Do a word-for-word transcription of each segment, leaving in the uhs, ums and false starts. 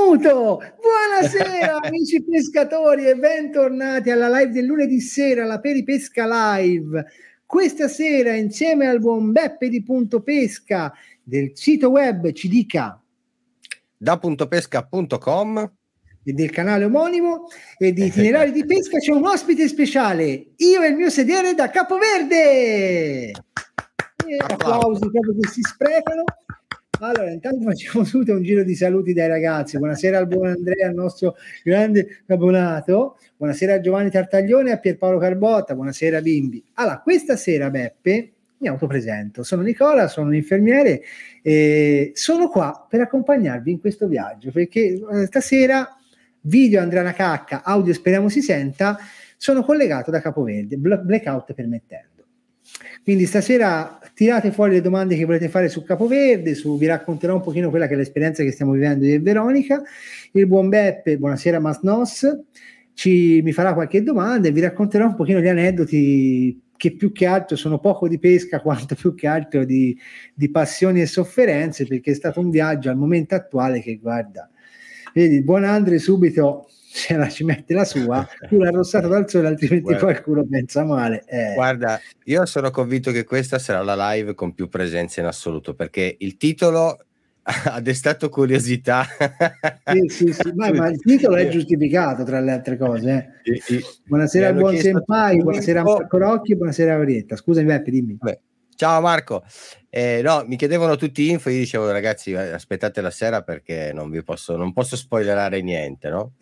Benvenuto, buonasera amici pescatori e bentornati alla live del lunedì sera, la Peripesca Live. Questa sera insieme al buon Beppe di Punto Pesca del sito web ci dica da punto pesca punto com e del canale omonimo e di Itinerari di Pesca c'è un ospite speciale, io e il mio sedere da Capoverde. E applausi proprio che si sprecano. Allora, intanto facciamo subito un giro di saluti dai ragazzi. Buonasera al buon Andrea, al nostro grande abbonato. Buonasera a Giovanni Tartaglione e a Pierpaolo Carbotta. Buonasera bimbi. Allora, questa sera, Beppe, mi autopresento. Sono Nicola, sono un infermiere e sono qua per accompagnarvi in questo viaggio, perché eh, stasera, video Andrea Nacacca, audio speriamo si senta, sono collegato da Capoverde, blackout permettendo. Quindi stasera tirate fuori le domande che volete fare su Capoverde, su, vi racconterò un pochino quella che è l'esperienza che stiamo vivendo io e Veronica. Il buon Beppe, buonasera Masnos, ci, mi farà qualche domanda e vi racconterò un pochino gli aneddoti che più che altro sono poco di pesca quanto più che altro di, di passioni e sofferenze, perché è stato un viaggio al momento attuale che guarda, vedi, il buon Andre subito se la ci mette la sua, tu l'hai arrossato dal sole, altrimenti guarda, qualcuno pensa male. Eh. Guarda, io sono convinto che questa sarà la live con più presenza in assoluto, perché il titolo ha destato curiosità. Sì, sì, sì. Ma, ma il titolo è giustificato tra le altre cose. Eh. I, i, buonasera al buon Senpai, buonasera a Marco Rocchi, buonasera a Orietta. Scusami Beppe, dimmi. Beh. Ciao Marco, eh, no, mi chiedevano tutti info, io dicevo ragazzi aspettate la sera perché non vi posso, non posso spoilerare niente, no?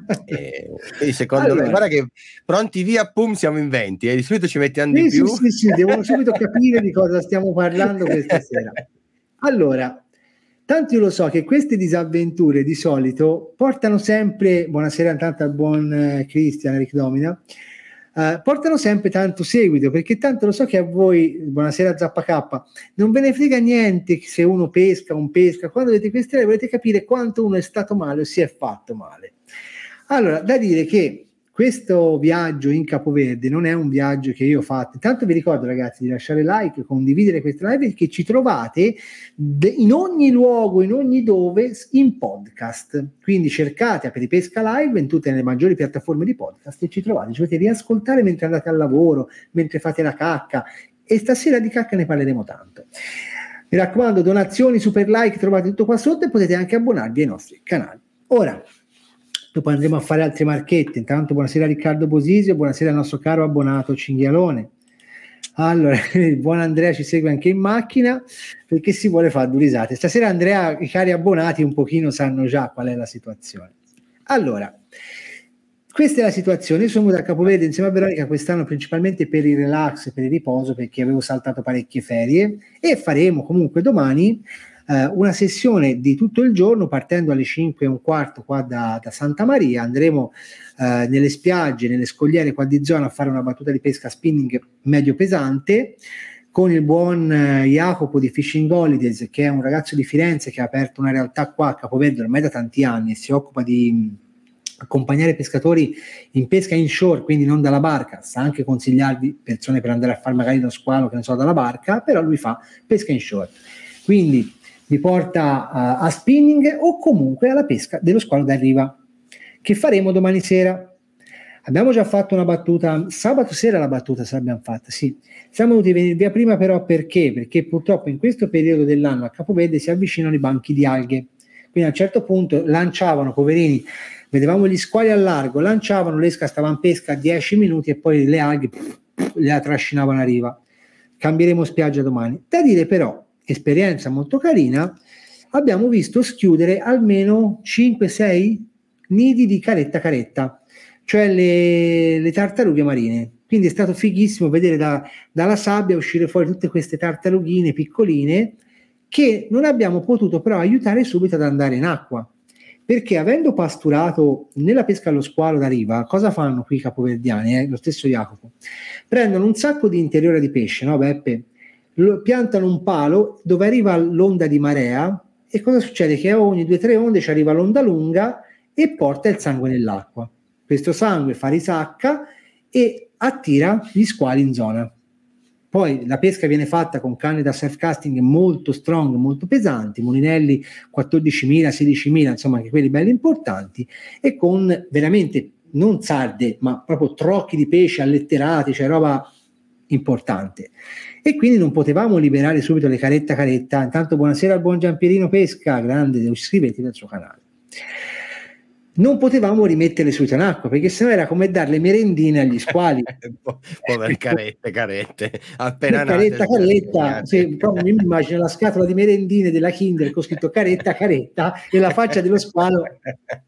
E, e secondo allora, me, guarda che pronti via, pum, siamo in venti, e eh, di solito ci mettiamo sì, di più. Sì, sì, sì, devono subito capire di cosa stiamo parlando questa sera. Allora, tanto io lo so che queste disavventure di solito portano sempre, buonasera intanto al buon eh, Cristian, Ric Domina, Uh, portano sempre tanto seguito, perché tanto lo so che a voi, buonasera Zappa K, non ve ne frega niente se uno pesca o non pesca, quando vedete queste live volete capire quanto uno è stato male o si è fatto male. Allora, da dire che questo viaggio in Capoverde non è un viaggio che io ho fatto. Intanto vi ricordo ragazzi di lasciare like, condividere questa live, perché ci trovate in ogni luogo, in ogni dove, in podcast. Quindi cercate a Peripesca Live in tutte le maggiori piattaforme di podcast e ci trovate, ci potete riascoltare mentre andate al lavoro, mentre fate la cacca, e stasera di cacca ne parleremo tanto. Mi raccomando, donazioni, super like, trovate tutto qua sotto e potete anche abbonarvi ai nostri canali. Ora, dopo andremo a fare altre marchette. Intanto buonasera a Riccardo Bosisio, buonasera al nostro caro abbonato Cinghialone. Allora, il buon Andrea ci segue anche in macchina perché si vuole fare due risate. Stasera Andrea, i cari abbonati un pochino sanno già qual è la situazione. Allora, questa è la situazione. Io sono venuto a Capoverde insieme a Veronica quest'anno principalmente per il relax, per il riposo, perché avevo saltato parecchie ferie, e faremo comunque domani Uh, una sessione di tutto il giorno partendo alle cinque e un quarto qua da, da Santa Maria. Andremo uh, nelle spiagge, nelle scogliere qua di zona a fare una battuta di pesca spinning medio pesante con il buon uh, Jacopo di Fishing Holidays, che è un ragazzo di Firenze che ha aperto una realtà qua a Capoverde ormai da tanti anni e si occupa di accompagnare pescatori in pesca in shore, quindi non dalla barca. Sa anche consigliarvi persone per andare a fare magari lo squalo, che ne so, dalla barca, però lui fa pesca in shore, quindi vi porta a, a spinning o comunque alla pesca dello squalo da riva, che faremo domani sera. Abbiamo già fatto una battuta, sabato sera la battuta se l'abbiamo fatta, sì. Siamo dovuti venire via prima però perché? Perché purtroppo in questo periodo dell'anno a Capoverde si avvicinano i banchi di alghe, quindi a un certo punto lanciavano, poverini, vedevamo gli squali al largo, lanciavano, l'esca stava in pesca a dieci minuti e poi le alghe pff, pff, le trascinavano a riva. Cambieremo spiaggia domani. Da dire però, esperienza molto carina, abbiamo visto schiudere almeno cinque sei nidi di caretta caretta, cioè le, le tartarughe marine. Quindi è stato fighissimo vedere da, dalla sabbia uscire fuori tutte queste tartarughine piccoline che non abbiamo potuto però aiutare subito ad andare in acqua, perché avendo pasturato nella pesca allo squalo da riva, cosa fanno qui i capoverdiani, eh? Lo stesso Jacopo, prendono un sacco di interiore di pesce, no Beppe? Lo, piantano un palo dove arriva l'onda di marea e cosa succede? Che ogni due o tre onde ci arriva l'onda lunga e porta il sangue nell'acqua. Questo sangue fa risacca e attira gli squali in zona. Poi la pesca viene fatta con canne da surf casting molto strong, molto pesanti, mulinelli quattordicimila, sedicimila, insomma anche quelli belli importanti, e con veramente non sarde, ma proprio trocchi di pesce alletterati, cioè roba importante. E quindi non potevamo liberare subito le caretta caretta. Intanto buonasera al buon Giampierino Pesca, grande, iscrivetevi al suo canale. Non potevamo rimetterle subito in acqua, perché sennò era come dare merendine agli squali. Povere carette, carette, appena caretta, caretta, sì, proprio mi immagino la scatola di merendine della Kinder con scritto caretta, caretta e la faccia dello squalo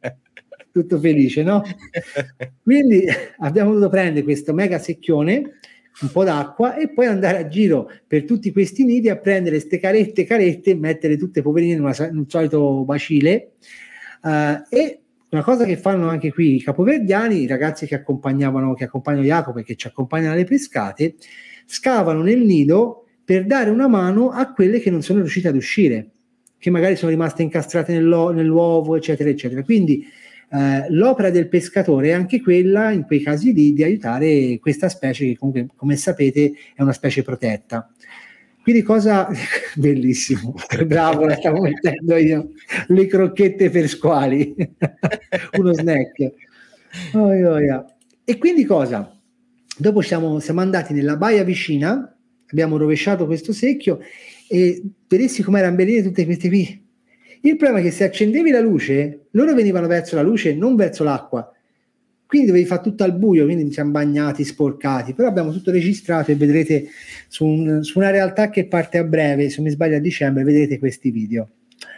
tutto felice, no? Quindi abbiamo dovuto prendere questo mega secchione, un po' d'acqua, e poi andare a giro per tutti questi nidi a prendere ste carette, carette, mettere tutte poverine in, una, in un solito bacile, uh, e una cosa che fanno anche qui i capoverdiani, i ragazzi che accompagnavano, che accompagnano Jacopo e che ci accompagnano alle pescate, scavano nel nido per dare una mano a quelle che non sono riuscite ad uscire, che magari sono rimaste incastrate nell'uovo, eccetera, eccetera. Quindi eh, l'opera del pescatore è anche quella, in quei casi lì, di aiutare questa specie che comunque, come sapete, è una specie protetta. Quindi cosa bellissimo, bravo, la stavo mettendo io, le crocchette per squali, uno snack. Oh, oh, oh. E quindi cosa? Dopo siamo, siamo andati nella baia vicina, abbiamo rovesciato questo secchio e vedessi come erano belline tutte queste qui. Il problema è che se accendevi la luce, loro venivano verso la luce, non verso l'acqua. Quindi dovevi fare tutto al buio, quindi ci siamo bagnati, sporcati, però abbiamo tutto registrato e vedrete su, un, su una realtà che parte a breve, se non mi sbaglio a dicembre, vedrete questi video.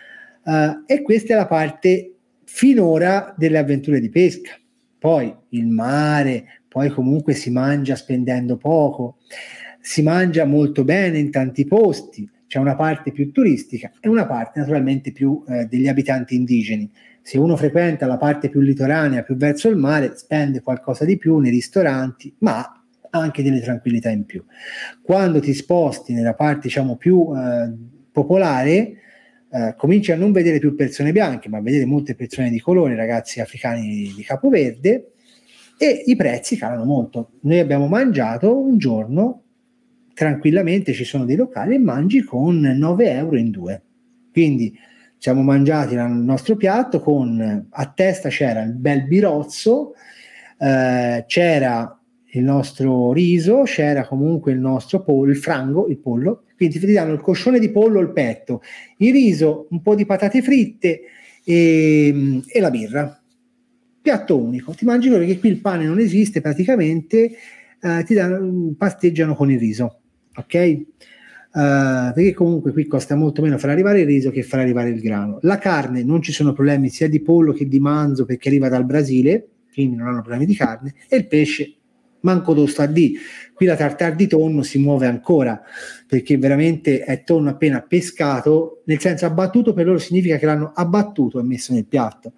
Uh, e questa è la parte finora delle avventure di pesca. Poi il mare, poi comunque si mangia spendendo poco, si mangia molto bene in tanti posti, c'è una parte più turistica e una parte naturalmente più eh, degli abitanti indigeni. Se uno frequenta la parte più litoranea, più verso il mare, spende qualcosa di più nei ristoranti, ma anche delle tranquillità in più. Quando ti sposti nella parte, diciamo, più eh, popolare, eh, cominci a non vedere più persone bianche, ma a vedere molte persone di colore, ragazzi africani di Capoverde, e i prezzi calano molto. Noi abbiamo mangiato un giorno, tranquillamente ci sono dei locali e mangi con nove euro in due. Quindi siamo mangiati il nostro piatto con, a testa c'era il bel birozzo, eh, c'era il nostro riso, c'era comunque il nostro pollo, il frango, il pollo, quindi ti danno il coscione di pollo, il petto, il riso, un po' di patate fritte e, e la birra. Piatto unico, ti mangi quello, che qui il pane non esiste praticamente, eh, ti danno, pasteggiano con il riso, ok? Uh, perché comunque qui costa molto meno far arrivare il riso che far arrivare il grano. La carne non ci sono problemi sia di pollo che di manzo perché arriva dal Brasile, quindi non hanno problemi di carne, e il pesce manco do sta di. Qui la tartare di tonno si muove ancora perché veramente è tonno appena pescato, nel senso abbattuto per loro significa che l'hanno abbattuto e messo nel piatto,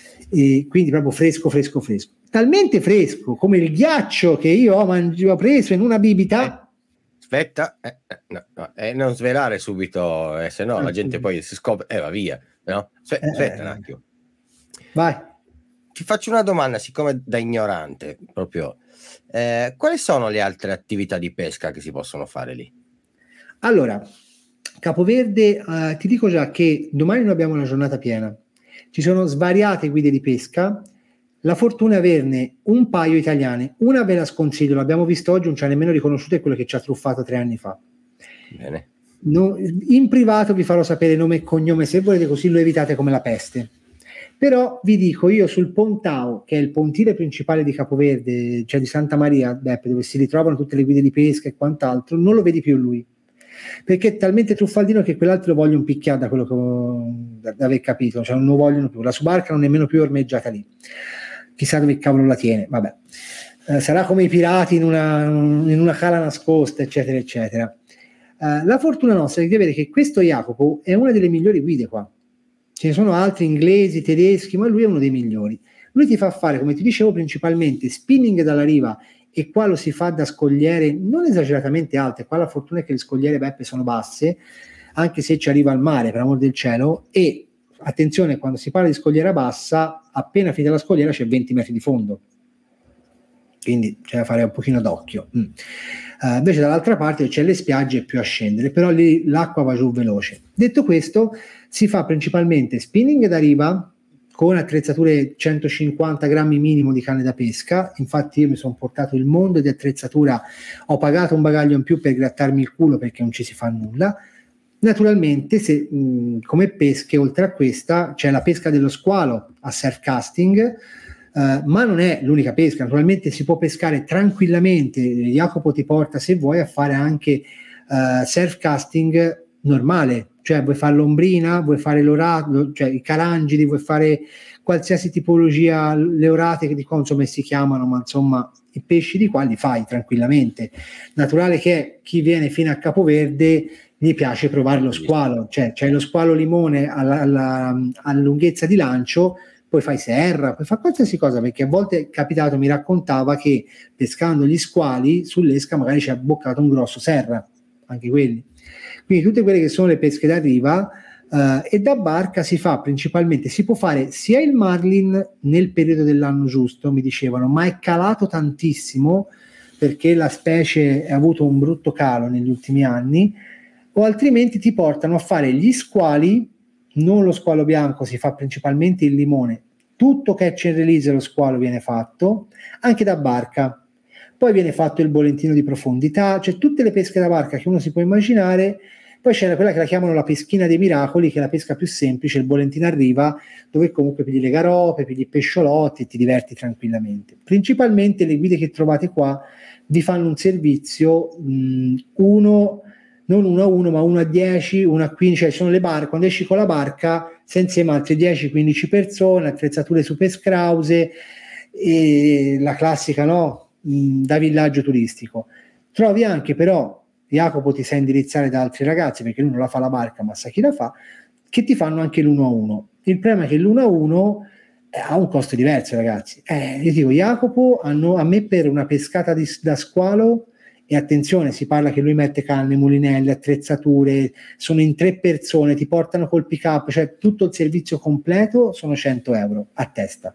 e quindi proprio fresco fresco fresco, talmente fresco come il ghiaccio che io ho, mangi- ho preso in una bibita. Aspetta, eh, no, no, eh, non svelare subito, eh, se no la gente poi si scopre e eh, va via. No? Aspetta, eh, aspetta un attimo. Vai. Ti faccio una domanda, siccome da ignorante, proprio. Eh, quali sono le altre attività di pesca che si possono fare lì? Allora, Capoverde, eh, ti dico già che domani noi abbiamo una giornata piena. Ci sono svariate guide di pesca. La fortuna è averne un paio italiane, una ve la sconsiglio, l'abbiamo visto oggi, non ci ha nemmeno riconosciuto, è quello che ci ha truffato tre anni fa. Bene. No, in privato vi farò sapere nome e cognome se volete, così lo evitate come la peste. Però vi dico, io sul Pontao, che è il pontile principale di Capoverde, cioè di Santa Maria, Beppe, dove si ritrovano tutte le guide di pesca e quant'altro, non lo vedi più lui, perché è talmente truffaldino che quell'altro lo vogliono picchiare, da quello che ho, da, da aver capito, cioè non lo vogliono più, la sua barca non è nemmeno più ormeggiata lì. Chissà dove cavolo la tiene, vabbè. Eh, sarà come i pirati in una, in una cala nascosta, eccetera, eccetera. Eh, la fortuna nostra è di avere che questo Jacopo è una delle migliori guide qua. Ce ne sono altri inglesi, tedeschi, ma lui è uno dei migliori. Lui ti fa fare, come ti dicevo, principalmente spinning dalla riva, e qua lo si fa da scogliere non esageratamente alte. Qua la fortuna è che le scogliere, Beppe, sono basse, anche se ci arriva al mare, per amor del cielo, e attenzione, quando si parla di scogliera bassa, appena finita la scogliera c'è venti metri di fondo. quindi c'è da fare un pochino d'occhio. Mm. Uh, invece dall'altra parte c'è le spiagge più a scendere, però lì l'acqua va giù veloce. Detto questo, si fa principalmente spinning da riva con attrezzature centocinquanta grammi minimo di canne da pesca. Infatti io mi sono portato il mondo di attrezzatura, ho pagato un bagaglio in più per grattarmi il culo perché non ci si fa nulla. Naturalmente se, mh, come pesche, oltre a questa c'è la pesca dello squalo a surf casting, uh, ma non è l'unica pesca. Naturalmente si può pescare tranquillamente. Jacopo ti porta, se vuoi, a fare anche uh, surf casting normale, cioè vuoi fare l'ombrina, vuoi fare l'orato, cioè i carangidi, vuoi fare qualsiasi tipologia, le orate che di qua insomma si chiamano, ma insomma i pesci di qua li fai tranquillamente. Naturale che chi viene fino a Capoverde gli piace provare lo squalo, cioè c'è lo squalo limone alla, alla, alla lunghezza di lancio, poi fai serra, poi fai qualsiasi cosa, perché a volte è capitato, mi raccontava che pescando gli squali sull'esca magari ci ha boccato un grosso serra, anche quelli. Quindi tutte quelle che sono le pesche da riva, uh, e da barca si fa principalmente, si può fare sia il marlin nel periodo dell'anno giusto, mi dicevano, ma è calato tantissimo perché la specie ha avuto un brutto calo negli ultimi anni, o altrimenti ti portano a fare gli squali, non lo squalo bianco, si fa principalmente il limone, tutto catch and release lo squalo viene fatto, anche da barca. Poi viene fatto il bolentino di profondità, cioè tutte le pesche da barca che uno si può immaginare. Poi c'è quella che la chiamano la peschina dei miracoli, che è la pesca più semplice, il bolentino a riva, dove comunque pigli le garope, pigli i pesciolotti e ti diverti tranquillamente. Principalmente le guide che trovate qua vi fanno un servizio, mh, uno, non uno a uno, ma uno a dieci, uno a quindici, cioè sono le barche, quando esci con la barca, sei insieme a altre dieci quindici persone, attrezzature super scrause, e la classica, no? Da villaggio turistico. Trovi anche però, Jacopo ti sa indirizzare da altri ragazzi, perché lui non la fa la barca ma sa chi la fa, che ti fanno anche l'uno a uno. Il problema è che l'uno a uno eh, ha un costo diverso, ragazzi. Eh, io dico, Jacopo hanno, a me per una pescata di, da squalo, e attenzione, si parla che lui mette canne, mulinelli, attrezzature, sono in tre persone, ti portano col pick up, cioè tutto il servizio completo sono cento euro a testa.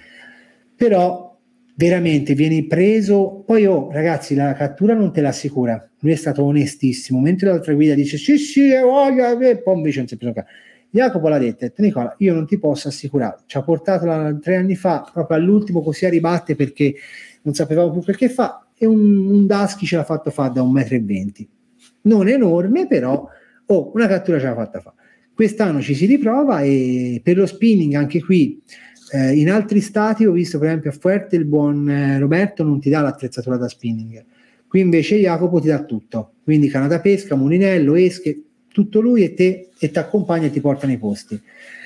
Però veramente vieni preso, poi oh ragazzi, la cattura non te l'assicura, lui è stato onestissimo, mentre l'altra guida dice sì sì voglio, e poi invece non si è preso. Jacopo l'ha detto, ha detto, Nicola, io non ti posso assicurare, ci ha portato la, tre anni fa proprio all'ultimo, così a ribatte perché non sapevamo più perché fa, e un, un Daschi ce l'ha fatto fare da un metro e venti, non enorme, però oh, una cattura ce l'ha fatta fare. Quest'anno ci si riprova, e per lo spinning anche qui, Eh, in altri stati ho visto, per esempio a Fuerte il buon eh, Roberto non ti dà l'attrezzatura da spinning, qui invece Jacopo ti dà tutto, quindi canna da pesca, mulinello, esche, tutto lui, e te, e ti accompagna e ti porta nei posti.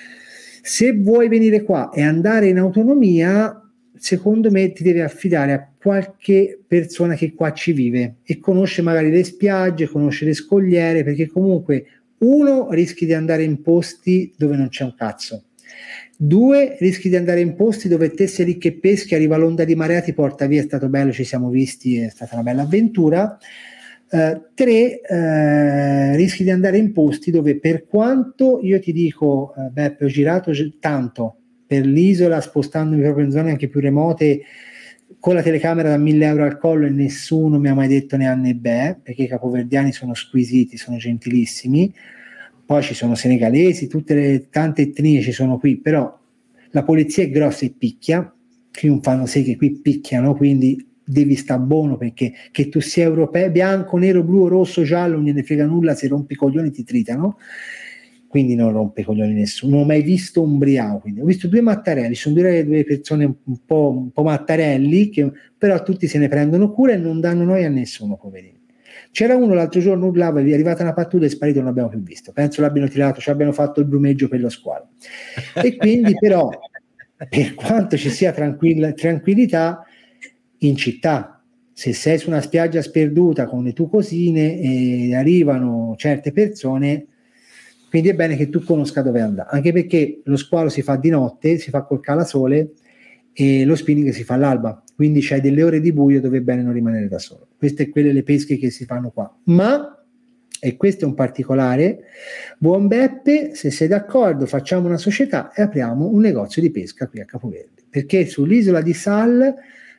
Se vuoi venire qua e andare in autonomia, secondo me ti devi affidare a qualche persona che qua ci vive e conosce magari le spiagge, conosce le scogliere, perché comunque uno, rischi di andare in posti dove non c'è un cazzo. Due, rischi di andare in posti dove te sei lì che peschi, arriva l'onda di marea, ti porta via, è stato bello, ci siamo visti, è stata una bella avventura. Uh, tre, uh, rischi di andare in posti dove, per quanto io ti dico, uh, Beppe, ho girato g- tanto per l'isola, spostandomi proprio in zone anche più remote, con la telecamera da mille euro al collo, e nessuno mi ha mai detto né a né beh, perché i capoverdiani sono squisiti, sono gentilissimi. Poi ci sono senegalesi, tutte le tante etnie ci sono qui, però la polizia è grossa e picchia, qui non fanno sé che qui picchiano, quindi devi sta buono, perché che tu sia europeo, bianco, nero, blu, rosso, giallo, non gliene frega nulla, se rompi i coglioni ti tritano, quindi non rompe i coglioni nessuno. Non ho mai visto un briao, quindi ho visto due mattarelli, sono due, due persone un po', un po' mattarelli, che però tutti se ne prendono cura e non danno noia a nessuno, poverini. C'era uno l'altro giorno, urlava, è arrivata una pattuglia, è sparito, non l'abbiamo più visto, penso l'abbiano tirato, ci abbiano fatto il brumeggio per lo squalo. E quindi però, per quanto ci sia tranquilla, tranquillità in città, se sei su una spiaggia sperduta con le tue cosine e arrivano certe persone, quindi è bene che tu conosca dove andare, anche perché lo squalo si fa di notte, si fa col calasole, e lo spinning si fa all'alba, quindi c'hai delle ore di buio dove è bene non rimanere da solo. Queste sono quelle le pesche che si fanno qua. Ma, e questo è un particolare, buon Beppe, se sei d'accordo facciamo una società e apriamo un negozio di pesca qui a Capoverde, perché sull'isola di Sal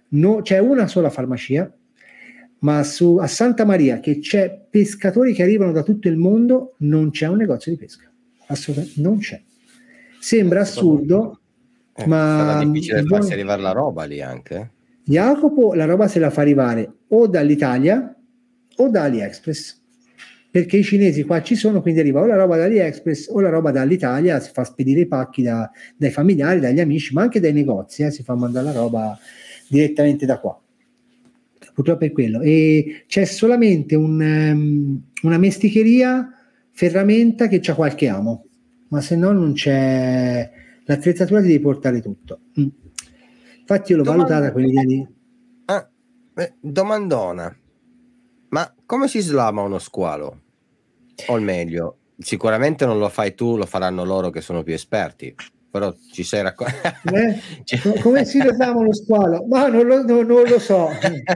no, c'è una sola farmacia, ma su, a Santa Maria, che c'è pescatori che arrivano da tutto il mondo, non c'è un negozio di pesca, assolutamente non c'è. Sembra assurdo, eh, ma sarà difficile buon... farsi arrivare la roba lì anche. Jacopo la roba se la fa arrivare o dall'Italia o da AliExpress, perché i cinesi qua ci sono, quindi arriva o la roba da AliExpress o la roba dall'Italia, si fa spedire i pacchi da, dai familiari, dagli amici, ma anche dai negozi, eh, si fa mandare la roba direttamente da qua. Purtroppo è quello. E c'è solamente un, um, una mesticheria ferramenta che c'ha qualche amo, ma se no non c'è, l'attrezzatura ti devi portare tutto. Mm. Infatti io l'ho Domand- valutata quell'idea lì. Ah, eh, domandona. Ma come si slama uno squalo? O meglio, sicuramente non lo fai tu, lo faranno loro che sono più esperti. Però ci sei raccontato. Eh? Cioè... Come si slama lo squalo? Ma non lo, no, non lo so.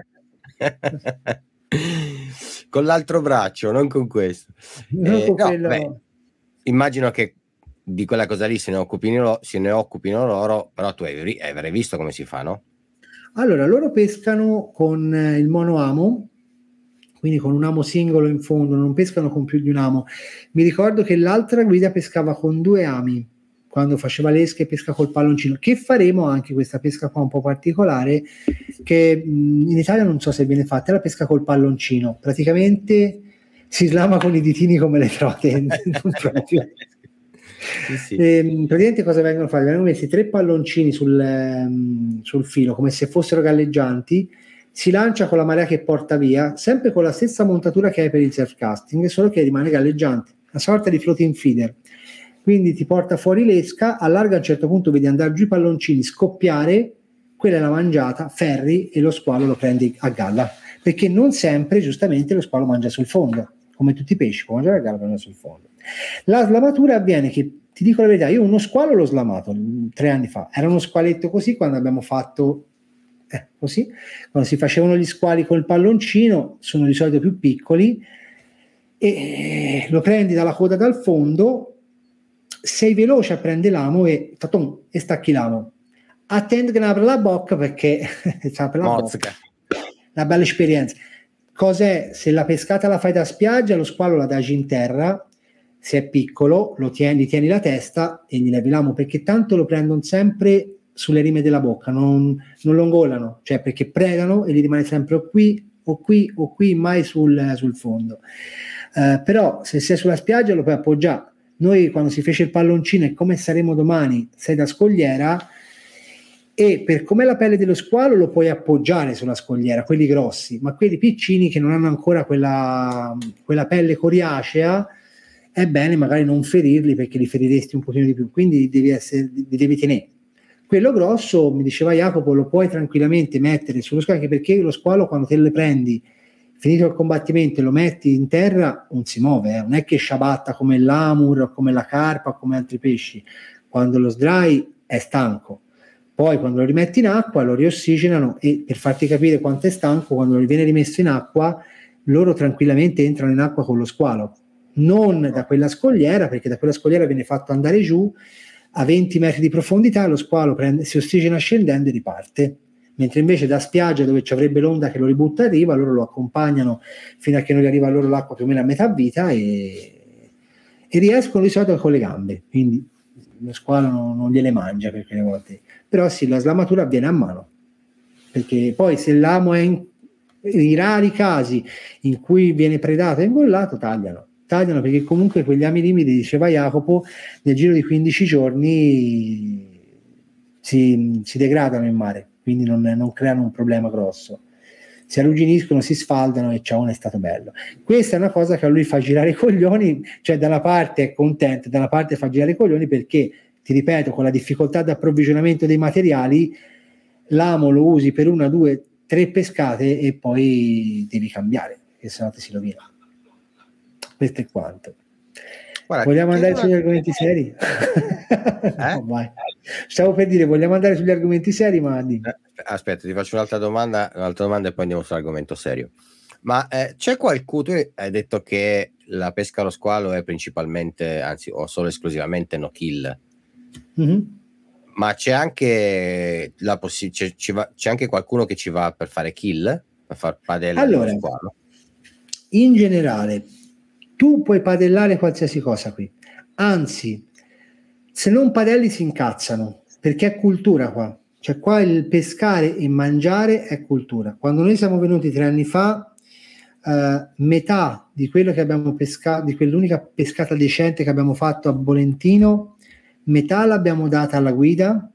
Con l'altro braccio, non con questo. Non Eh, con no, quello... beh, immagino che di quella cosa lì se ne occupino, se ne occupino loro, però tu hai, avrai visto come si fa, no? Allora, loro pescano con il monoamo, quindi con un amo singolo in fondo, non pescano con più di un amo. Mi ricordo che l'altra guida pescava con due ami, quando faceva l'esca e pesca col palloncino, che faremo anche questa pesca qua un po' particolare, che mh, in Italia non so se viene fatta, è la pesca col palloncino. Praticamente si slama con i ditini come le trote, non proprio. Sì, sì. E, praticamente cosa vengono fatti? Vengono messi tre palloncini sul, um, sul filo come se fossero galleggianti, si lancia con la marea che porta via, sempre con la stessa montatura che hai per il surf casting, solo che rimane galleggiante, una sorta di floating feeder. Quindi ti porta fuori l'esca, allarga a un certo punto, vedi andare giù i palloncini, scoppiare, quella è la mangiata, ferri e lo squalo lo prendi a galla, perché non sempre giustamente lo squalo mangia sul fondo, come tutti i pesci, può mangiare a galla, mangia sul fondo. La slamatura avviene che, ti dico la verità, io uno squalo l'ho slamato tre anni fa, era uno squaletto così quando abbiamo fatto eh, così, quando si facevano gli squali col palloncino, sono di solito più piccoli, e lo prendi dalla coda dal fondo, sei veloce a prendere l'amo e, tatum, e stacchi l'amo. Attendo che ne apra la bocca perché apre la bocca. Una bella esperienza. Cos'è? Se la pescata la fai da spiaggia, lo squalo la dagi in terra, se è piccolo lo tieni, tieni la testa e gli levi l'amo, perché tanto lo prendono sempre sulle rime della bocca, non, non lo ingolano, cioè perché pregano e gli rimane sempre o qui o qui o qui, mai sul, sul fondo. Uh, però se sei sulla spiaggia lo puoi appoggiare. Noi quando si fece il palloncino e come saremo domani, sei da scogliera, e per com'è la pelle dello squalo lo puoi appoggiare sulla scogliera, quelli grossi, ma quelli piccini che non hanno ancora quella, quella pelle coriacea, è bene magari non ferirli perché li feriresti un pochino di più, quindi devi, essere, li devi tenere. Quello grosso, mi diceva Jacopo, lo puoi tranquillamente mettere sullo squalo, anche perché lo squalo quando te le prendi, finito il combattimento e lo metti in terra, non si muove, eh. Non è che sciabatta come l'amur, come la carpa, come altri pesci. Quando lo sdrai è stanco. Poi quando lo rimetti in acqua lo riossigenano e per farti capire quanto è stanco, quando lo viene rimesso in acqua, loro tranquillamente entrano in acqua con lo squalo. Non da quella scogliera, perché da quella scogliera viene fatto andare giù a venti metri di profondità, lo squalo prende, si ossigena scendendo e riparte. Mentre invece da spiaggia, dove ci avrebbe l'onda che lo ributta a riva, loro lo accompagnano fino a che non gli arriva a loro l'acqua più o meno a metà vita e, e riescono di solito con le gambe, quindi lo squalo non, non gliele mangia per quelle volte. Però sì, la slamatura avviene a mano, perché poi se l'amo è in, in rari casi in cui viene predato e ingollato, tagliano. tagliano perché comunque quegli ami limiti, diceva Jacopo, nel giro di quindici giorni si, si degradano in mare, quindi non, non creano un problema grosso, si arrugginiscono, si sfaldano e ciao, è stato bello. Questa è una cosa che a lui fa girare i coglioni, cioè da una parte è contento, da una parte fa girare i coglioni perché, ti ripeto, con la difficoltà di approvvigionamento dei materiali, l'amo lo usi per una, due, tre pescate e poi devi cambiare, perché sennò ti si rovina. Questo è quanto. Guarda, vogliamo andare sugli argomenti seri? Eh? No, vai. Stavo per dire, vogliamo andare sugli argomenti seri, ma dimmi. Aspetta, ti faccio un'altra domanda, un'altra domanda e poi andiamo sull'argomento serio. Ma eh, c'è qualcuno, tu hai detto che la pesca allo squalo è principalmente, anzi o solo esclusivamente no kill. Mm-hmm. Ma c'è anche la possi- c'è, ci va, c'è anche qualcuno che ci va per fare kill, per far padella allora, dello squalo? In generale, tu puoi padellare qualsiasi cosa qui, anzi, se non padelli si incazzano, perché è cultura qua. Cioè qua il pescare e mangiare è cultura. Quando noi siamo venuti tre anni fa, eh, metà di quello che abbiamo pescato, di quell'unica pescata decente che abbiamo fatto a Bolentino, metà l'abbiamo data alla guida,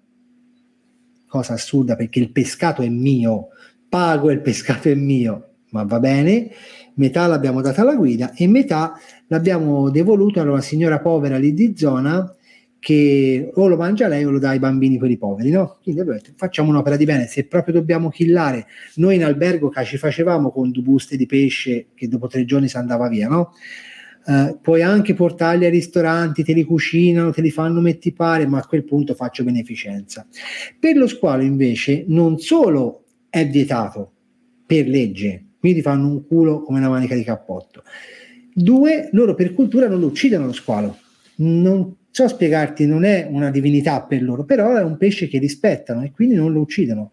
cosa assurda perché il pescato è mio, pago e il pescato è mio, ma va bene, metà l'abbiamo data alla guida e metà l'abbiamo devoluto a una signora povera lì di zona che o lo mangia lei o lo dà ai bambini quelli poveri, no? Quindi abbiamo detto, facciamo un'opera di bene, se proprio dobbiamo killare, noi in albergo ci facevamo con due buste di pesce che dopo tre giorni si andava via, no? Uh, puoi anche portarli ai ristoranti, te li cucinano, te li fanno metti pare, ma a quel punto faccio beneficenza. Per lo squalo invece non solo è vietato per legge, quindi fanno un culo come una manica di cappotto. Due, loro per cultura non lo uccidono lo squalo, non so spiegarti, non è una divinità per loro, però è un pesce che rispettano e quindi non lo uccidono.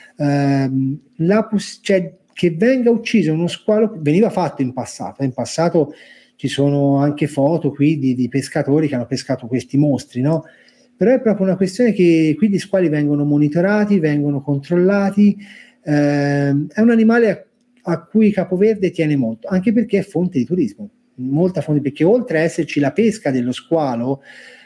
Uh, la, cioè, che venga ucciso uno squalo veniva fatto in passato, in passato ci sono anche foto qui di, di pescatori che hanno pescato questi mostri, no? Però è proprio una questione che qui gli squali vengono monitorati, vengono controllati, eh, è un animale a, a cui Capoverde tiene molto, anche perché è fonte di turismo, molta fonte, perché oltre a esserci la pesca dello squalo,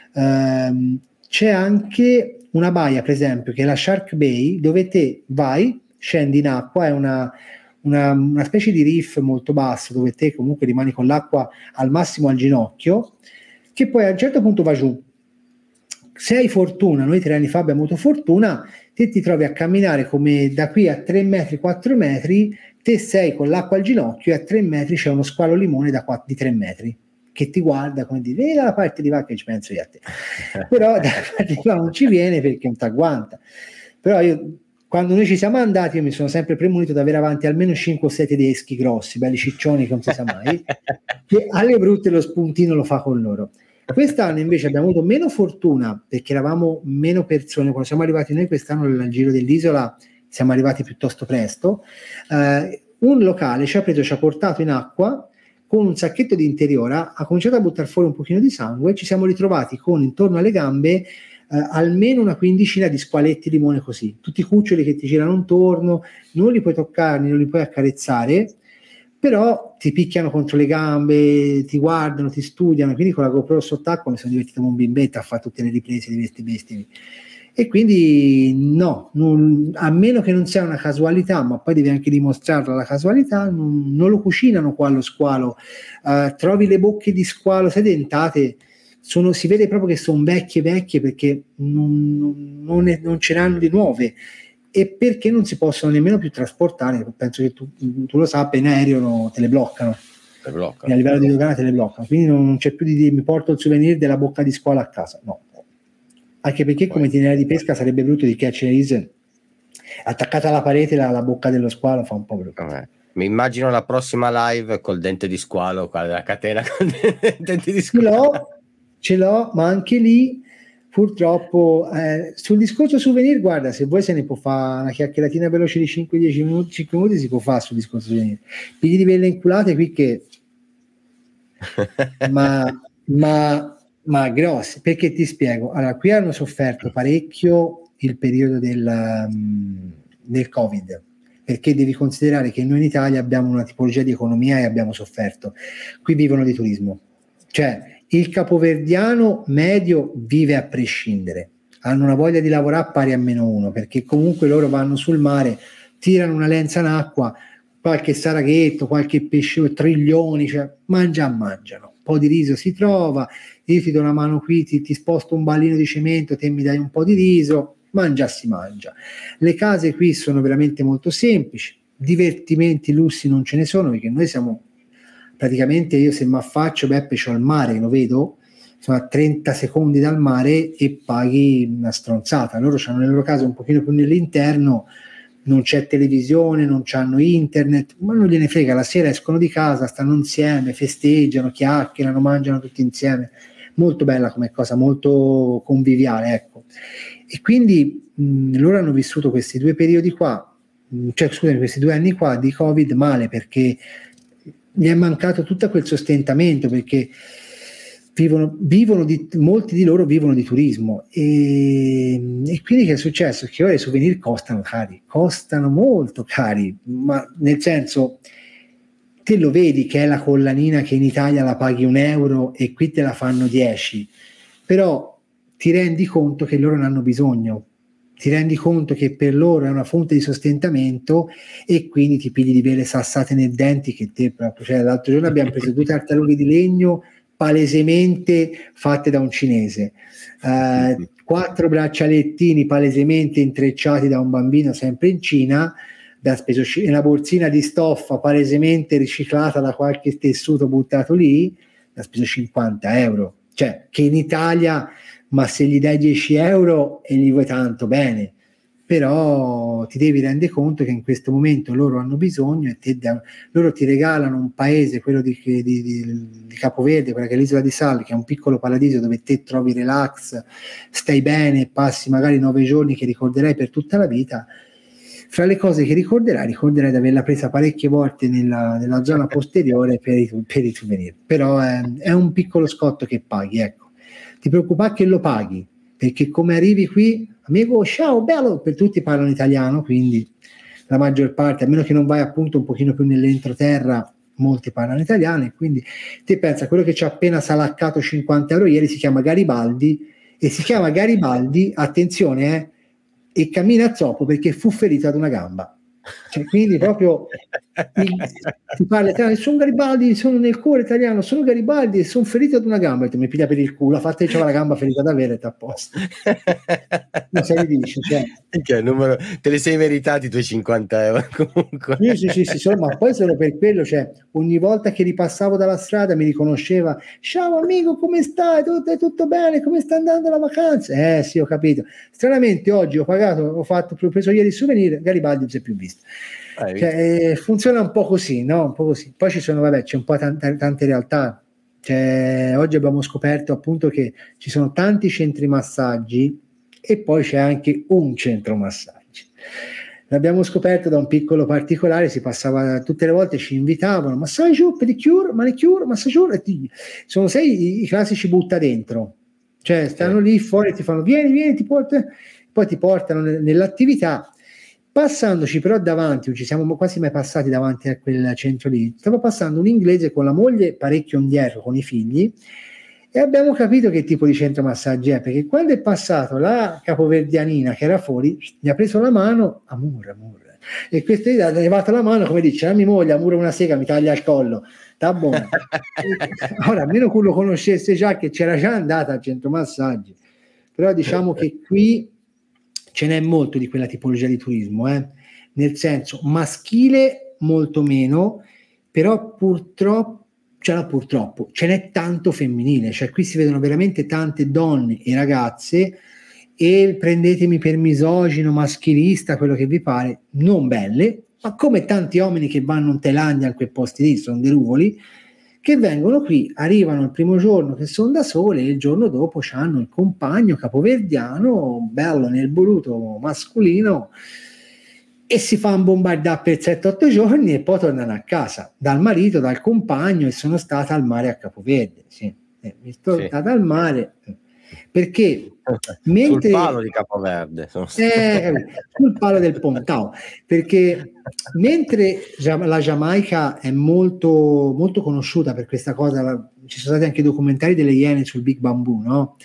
ehm, c'è anche una baia, per esempio, che è la Shark Bay, dove te vai, scendi in acqua, è una... Una, una specie di riff molto basso dove te comunque rimani con l'acqua al massimo al ginocchio, che poi a un certo punto va giù. Se hai fortuna, noi tre anni fa abbiamo avuto fortuna, te ti trovi a camminare come da qui a tre metri, quattro metri, te sei con l'acqua al ginocchio e a tre metri c'è uno squalo limone da quattro, di tre metri che ti guarda come dire, e dalla parte di là che ci penso io a te. Però dalla parte di là non ci viene perché non ti agguanta. Però io quando noi ci siamo andati io mi sono sempre premunito di avere avanti almeno cinque o sei tedeschi grossi, belli ciccioni che non si sa mai, che alle brutte lo spuntino lo fa con loro. Quest'anno invece abbiamo avuto meno fortuna perché eravamo meno persone, quando siamo arrivati noi quest'anno nel giro dell'isola siamo arrivati piuttosto presto, eh, un locale ci ha preso, ci ha portato in acqua con un sacchetto di interiore, ha cominciato a buttare fuori un pochino di sangue, ci siamo ritrovati con intorno alle gambe Uh, almeno una quindicina di squaletti limone così, tutti cuccioli che ti girano intorno, non li puoi toccare, non li puoi accarezzare, però ti picchiano contro le gambe, ti guardano, ti studiano, quindi con la GoPro sott'acqua mi sono divertito come un bimbetto a fare tutte le riprese di questi bestie. E quindi no, non, a meno che non sia una casualità, ma poi devi anche dimostrarla la casualità, non, non lo cucinano qua lo squalo, uh, trovi le bocche di squalo sedentate, Sono, si vede proprio che sono vecchie vecchie perché non, non, è, non ce n'hanno di nuove e perché non si possono nemmeno più trasportare. Penso che tu, tu lo sappia, in aereo no, te le bloccano, te bloccano a livello di dogana te le bloccano, quindi non, non c'è più di dire mi porto il souvenir della bocca di squalo a casa, no, anche perché come itinerario di pesca sarebbe brutto di catch and release attaccata alla parete la, la bocca dello squalo, fa un po' brutto. Okay. Mi immagino la prossima live col dente di squalo, qua della catena con il dente di squalo. Ce l'ho, ce l'ho, ma anche lì purtroppo eh, sul discorso souvenir, guarda, se vuoi se ne può fare una chiacchieratina veloce di cinque dieci minuti, cinque minuti si può fare sul discorso souvenir. Pigli di velle inculate qui che ma, ma, ma grossi, perché ti spiego, allora qui hanno sofferto parecchio il periodo del, um, del Covid, perché devi considerare che noi in Italia abbiamo una tipologia di economia e abbiamo sofferto, qui vivono di turismo, cioè il capoverdiano medio vive a prescindere, hanno una voglia di lavorare pari a meno uno, perché comunque loro vanno sul mare, tirano una lenza in acqua, qualche saraghetto, qualche pesce, triglioni, cioè mangia, mangiano, un po' di riso si trova, io ti do una mano qui, ti, ti sposto un ballino di cemento, te mi dai un po' di riso, mangia si mangia. Le case qui sono veramente molto semplici, divertimenti, lussi non ce ne sono, perché noi siamo praticamente, io se mi affaccio, Beppe, c'ho il mare, lo vedo, sono a trenta secondi dal mare e paghi una stronzata. Loro hanno nelle loro case un pochino più nell'interno, non c'è televisione, non c'hanno internet, ma non gliene frega, la sera escono di casa, stanno insieme, festeggiano, chiacchierano, mangiano tutti insieme, molto bella come cosa, molto conviviale, ecco. E quindi mh, loro hanno vissuto questi due periodi qua, mh, cioè scusami, questi due anni qua di Covid male, perché gli è mancato tutto quel sostentamento, perché vivono, vivono di, molti di loro vivono di turismo, e, e quindi che è successo? Che ora i souvenir costano cari, costano molto cari, ma nel senso, te lo vedi che è la collanina che in Italia la paghi un euro e qui te la fanno dieci, però ti rendi conto che loro ne hanno bisogno, ti rendi conto che per loro è una fonte di sostentamento, e quindi ti pigli di vere sassate nei denti che te proprio, cioè l'altro giorno abbiamo preso due tartarughe di legno palesemente fatte da un cinese, eh, quattro braccialettini palesemente intrecciati da un bambino sempre in Cina, da speso una borsina di stoffa palesemente riciclata da qualche tessuto buttato lì, da speso cinquanta euro, cioè che in Italia, ma se gli dai dieci euro e gli vuoi tanto bene, però ti devi rendere conto che in questo momento loro hanno bisogno, e te da, loro ti regalano un paese, quello di, di, di, di Capoverde, quella che è l'isola di Sal, che è un piccolo paradiso dove te trovi relax, stai bene, passi magari nove giorni che ricorderai per tutta la vita. Fra le cose che ricorderai, ricorderai di averla presa parecchie volte nella, nella zona posteriore per i, per i souvenir, però è, è un piccolo scotto che paghi, ecco. Ti preoccupare che lo paghi, perché come arrivi qui, amico, ciao, bello, per tutti parlano italiano, quindi la maggior parte, a meno che non vai appunto un pochino più nell'entroterra, molti parlano italiano, e quindi ti pensa, quello che ci ha appena salaccato cinquanta euro ieri si chiama Garibaldi, e si chiama Garibaldi, attenzione, eh, e cammina a zoppo perché fu ferito ad una gamba, cioè, quindi proprio il, ti parla italiano, sono Garibaldi, sono nel cuore italiano, sono Garibaldi e sono ferito ad una gamba, e tu mi piglia per il culo, ha fatto che c'aveva la gamba ferita davvero e ti apposta. Non sai che dici, cioè. Che numero, te li sei meritati i tuoi cinquanta euro comunque. Sì, sì, sì, sì, solo, ma poi solo per quello, cioè, ogni volta che ripassavo dalla strada mi riconosceva, ciao amico, come stai? Tutto, tutto bene? Come sta andando la vacanza? Eh sì, ho capito. Stranamente oggi ho pagato, ho fatto, ho preso ieri il souvenir, Garibaldi non si è più visto. Ah, cioè, funziona un po' così, no? Un po' così. Poi ci sono, vabbè, c'è un po' tante, tante realtà. Cioè, oggi abbiamo scoperto appunto che ci sono tanti centri massaggi e poi c'è anche un centro massaggi. L'abbiamo scoperto da un piccolo particolare, si passava tutte le volte, ci invitavano, massaggio, pedicure, manicure, massaggio, sono sei i, i classici butta dentro, cioè stanno lì fuori e ti fanno vieni, vieni, ti porta, poi ti portano nell'attività. Passandoci però davanti, non ci siamo quasi mai passati davanti a quel centro lì, stava passando un inglese con la moglie parecchio indietro, con i figli, e abbiamo capito che tipo di centro massaggi è, perché quando è passato la capoverdianina che era fuori, gli ha preso la mano, amore, amore, e questo gli ha levato la mano, come dice, la mia moglie, amore, una sega, mi taglia il collo, sta buono. Ora, almeno che lo conoscesse già, che c'era già andata al centro massaggi, però diciamo che qui ce n'è molto di quella tipologia di turismo, eh? Nel senso maschile molto meno, però purtroppo, cioè no, purtroppo ce n'è tanto femminile, cioè qui si vedono veramente tante donne e ragazze, e prendetemi per misogino, maschilista, quello che vi pare, non belle, ma come tanti uomini che vanno in Thailandia, in quei posti lì, sono dei ruvoli, che vengono qui, arrivano il primo giorno che sono da sole, e il giorno dopo hanno il compagno capoverdiano, bello nel voluto mascolino, e si fanno bombardare per sette otto giorni e poi tornano a casa dal marito, dal compagno, e sono stata al mare a Capoverde, sì. eh, mi sono sì. stata al mare perché mentre, sul palo di Capoverde eh, sul palo del Pontao, perché mentre la Giamaica è molto, molto conosciuta per questa cosa, ci sono stati anche documentari delle Iene sul Big Bamboo, no?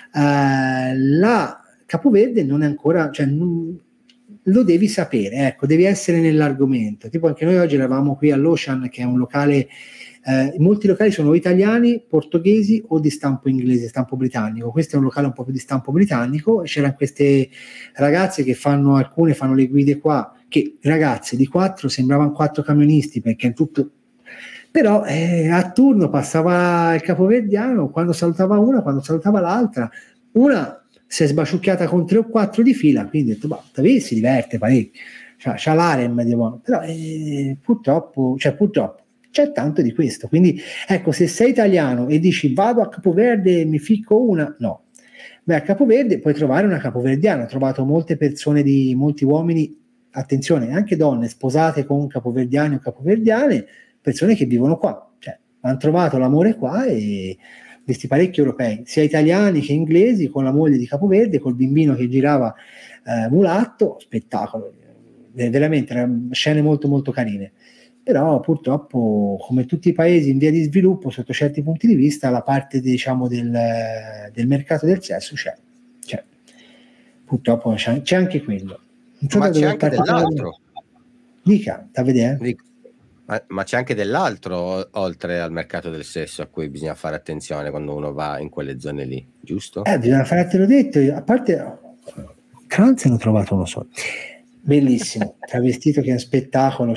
Uh, la Capoverde non è ancora, cioè non, lo devi sapere, ecco, devi essere nell'argomento. Tipo anche noi oggi eravamo qui all'Ocean, che è un locale, eh, molti locali sono italiani, portoghesi o di stampo inglese, stampo britannico. Questo è un locale un po' più di stampo britannico, e c'erano queste ragazze che fanno, alcune fanno le guide qua, che ragazze di quattro sembravano quattro camionisti, perché è tutto, però eh, a turno passava il capoverdiano, quando salutava una, quando salutava l'altra, una si è sbaciucchiata con tre o quattro di fila, quindi ho detto, boh, vedi, si diverte parecchio, c'ha, c'ha l'harem di buono, però eh, purtroppo, cioè purtroppo, c'è tanto di questo. Quindi ecco, se sei italiano e dici vado a Capoverde e mi ficco una, no. Beh, a Capoverde puoi trovare una capoverdiana. Ho trovato molte persone, di molti uomini, attenzione, anche donne sposate con capoverdiani o capoverdiane, persone che vivono qua, cioè hanno trovato l'amore qua, e questi parecchi europei, sia italiani che inglesi, con la moglie di Capoverde, col bambino che girava eh, mulatto, spettacolo, veramente erano scene molto molto carine. Però purtroppo, come tutti i paesi in via di sviluppo, sotto certi punti di vista, la parte, diciamo, del, del mercato del sesso c'è, c'è. Purtroppo c'è, c'è anche quello. So ma c'è anche dell'altro. Dica, da vedere. Dico. Ma, ma c'è anche dell'altro oltre al mercato del sesso a cui bisogna fare attenzione quando uno va in quelle zone lì, giusto? Eh, bisogna fare, te l'ho detto, a parte Kranz ne ho trovato uno solo. Bellissimo, travestito, che è un spettacolo,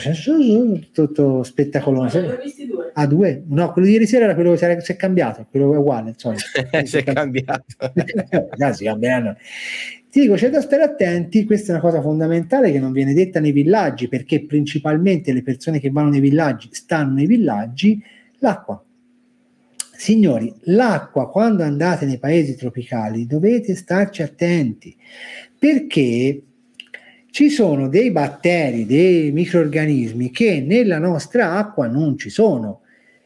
tutto spettacolone. A ah, due? No, quello di ieri sera era quello che si è cambiato, quello è uguale, insomma. si è cambiato. No, si cambieranno. Ti dico, c'è da stare attenti, questa è una cosa fondamentale che non viene detta nei villaggi, perché principalmente le persone che vanno nei villaggi stanno nei villaggi, l'acqua. Signori, l'acqua, quando andate nei paesi tropicali dovete starci attenti, perché ci sono dei batteri, dei microrganismi che nella nostra acqua non ci sono.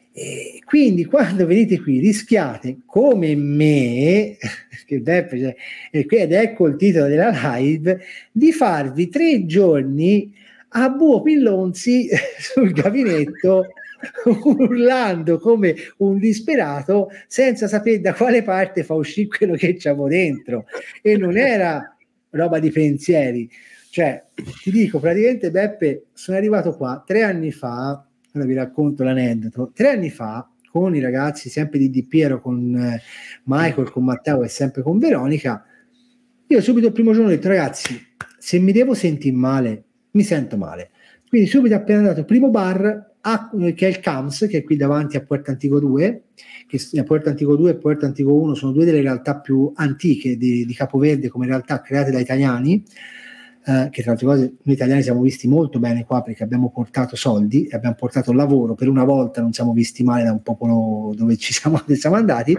E quindi quando venite qui rischiate, come me, che Beppe, ed ecco il titolo della live, di farvi tre giorni a Buo Pillonzi sul gabinetto urlando come un disperato, senza sapere da quale parte fa uscire quello che c'avevo dentro. E non era roba di pensieri, cioè ti dico, praticamente Beppe, sono arrivato qua tre anni fa. Ora vi racconto l'aneddoto. Tre anni fa, con i ragazzi sempre di Di Piero, con eh, Michael, con Matteo e sempre con Veronica, io subito il primo giorno ho detto: ragazzi, se mi devo sentire male, mi sento male. Quindi subito appena andato, primo bar, a, che è il Camps, che è qui davanti a Puerto Antico due, che a Puerto Antico due e Puerto Antico uno sono due delle realtà più antiche di, di Capoverde, come realtà create da italiani. Eh, che tra altre cose noi italiani siamo visti molto bene qua, perché abbiamo portato soldi e abbiamo portato lavoro. Per una volta non siamo visti male da un popolo dove ci siamo, dove siamo andati.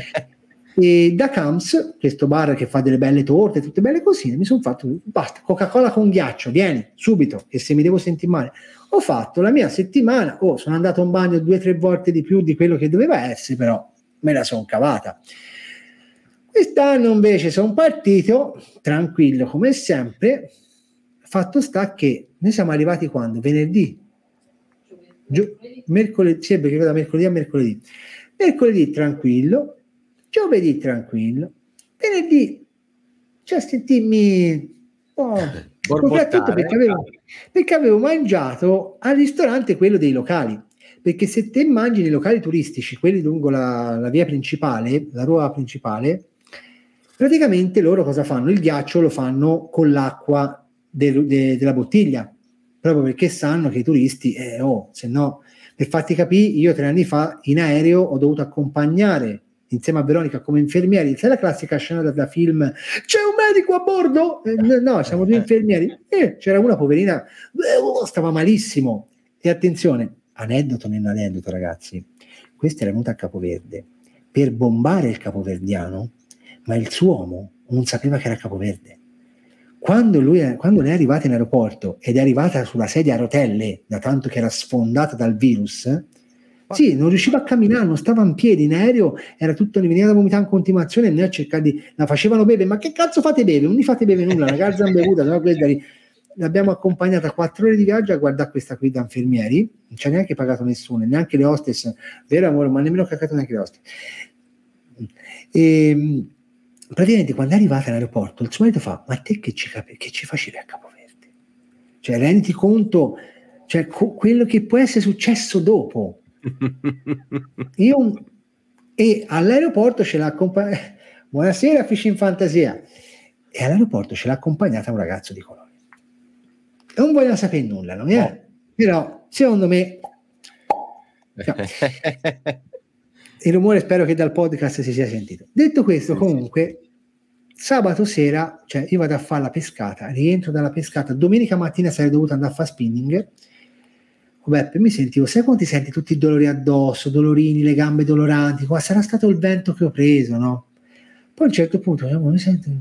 E da Camps, questo bar che fa delle belle torte, tutte belle cosine, mi sono fatto, basta, Coca-Cola con ghiaccio, vieni subito, che se mi devo sentire male. Ho fatto la mia settimana, oh, sono andato in bagno due o tre volte di più di quello che doveva essere, però me la sono cavata. Quest'anno invece sono partito tranquillo come sempre. Fatto sta che noi siamo arrivati quando? Venerdì, Gio- mercoledì, sì, perché da mercoledì a mercoledì, mercoledì tranquillo, giovedì tranquillo, venerdì cioè sentirmi oh, soprattutto perché avevo, perché avevo mangiato al ristorante, quello dei locali. Perché se te mangi nei locali turistici, quelli lungo la, la via principale, la rua principale, praticamente loro cosa fanno? Il ghiaccio lo fanno con l'acqua de, de, della bottiglia, proprio perché sanno che i turisti, eh, oh, se no, per farti capire, io tre anni fa in aereo ho dovuto accompagnare insieme a Veronica come infermieri, sai la classica scena da, da film, c'è un medico a bordo? Eh, no, siamo due infermieri, eh, c'era una poverina, eh, stava malissimo. E attenzione, aneddoto nell'aneddoto, ragazzi, questa era venuta a Capoverde per bombare il capoverdiano, ma il suo uomo non sapeva che era Capoverde. Quando, lui è, quando lei è arrivata in aeroporto ed è arrivata sulla sedia a rotelle, da tanto che era sfondata dal virus, sì, non riusciva a camminare, non stava in piedi, in aereo era tutto, ne veniva da vomitare in continuazione, e noi a cercare di, la facevano bere, ma che cazzo fate bere? Non gli fate bere nulla, una garza bevuta, no? L'abbiamo accompagnata quattro ore di viaggio a guardare questa qui da infermieri, non ci ha neanche pagato nessuno, neanche le hostess, vero amore, ma nemmeno caccato neanche le hostess. E praticamente quando è arrivata all'aeroporto il suo marito fa: ma te che ci, capi- che ci facevi a Capoverde? Cioè renditi conto, cioè, co- quello che può essere successo dopo. Io e all'aeroporto ce l'ha accompagnata, buonasera Fishing Fantasia, e all'aeroporto ce l'ha accompagnata un ragazzo di colore, non voglio sapere nulla, non è? Oh. Però secondo me no. Il rumore spero che dal podcast si sia sentito. Detto questo, comunque sabato sera, cioè io vado a fare la pescata, rientro dalla pescata, domenica mattina sarei dovuto andare a fare spinning, Beppe, mi sentivo, sai quando ti senti tutti i dolori addosso, dolorini, le gambe doloranti, qua sarà stato il vento che ho preso, no? Poi a un certo punto mi sento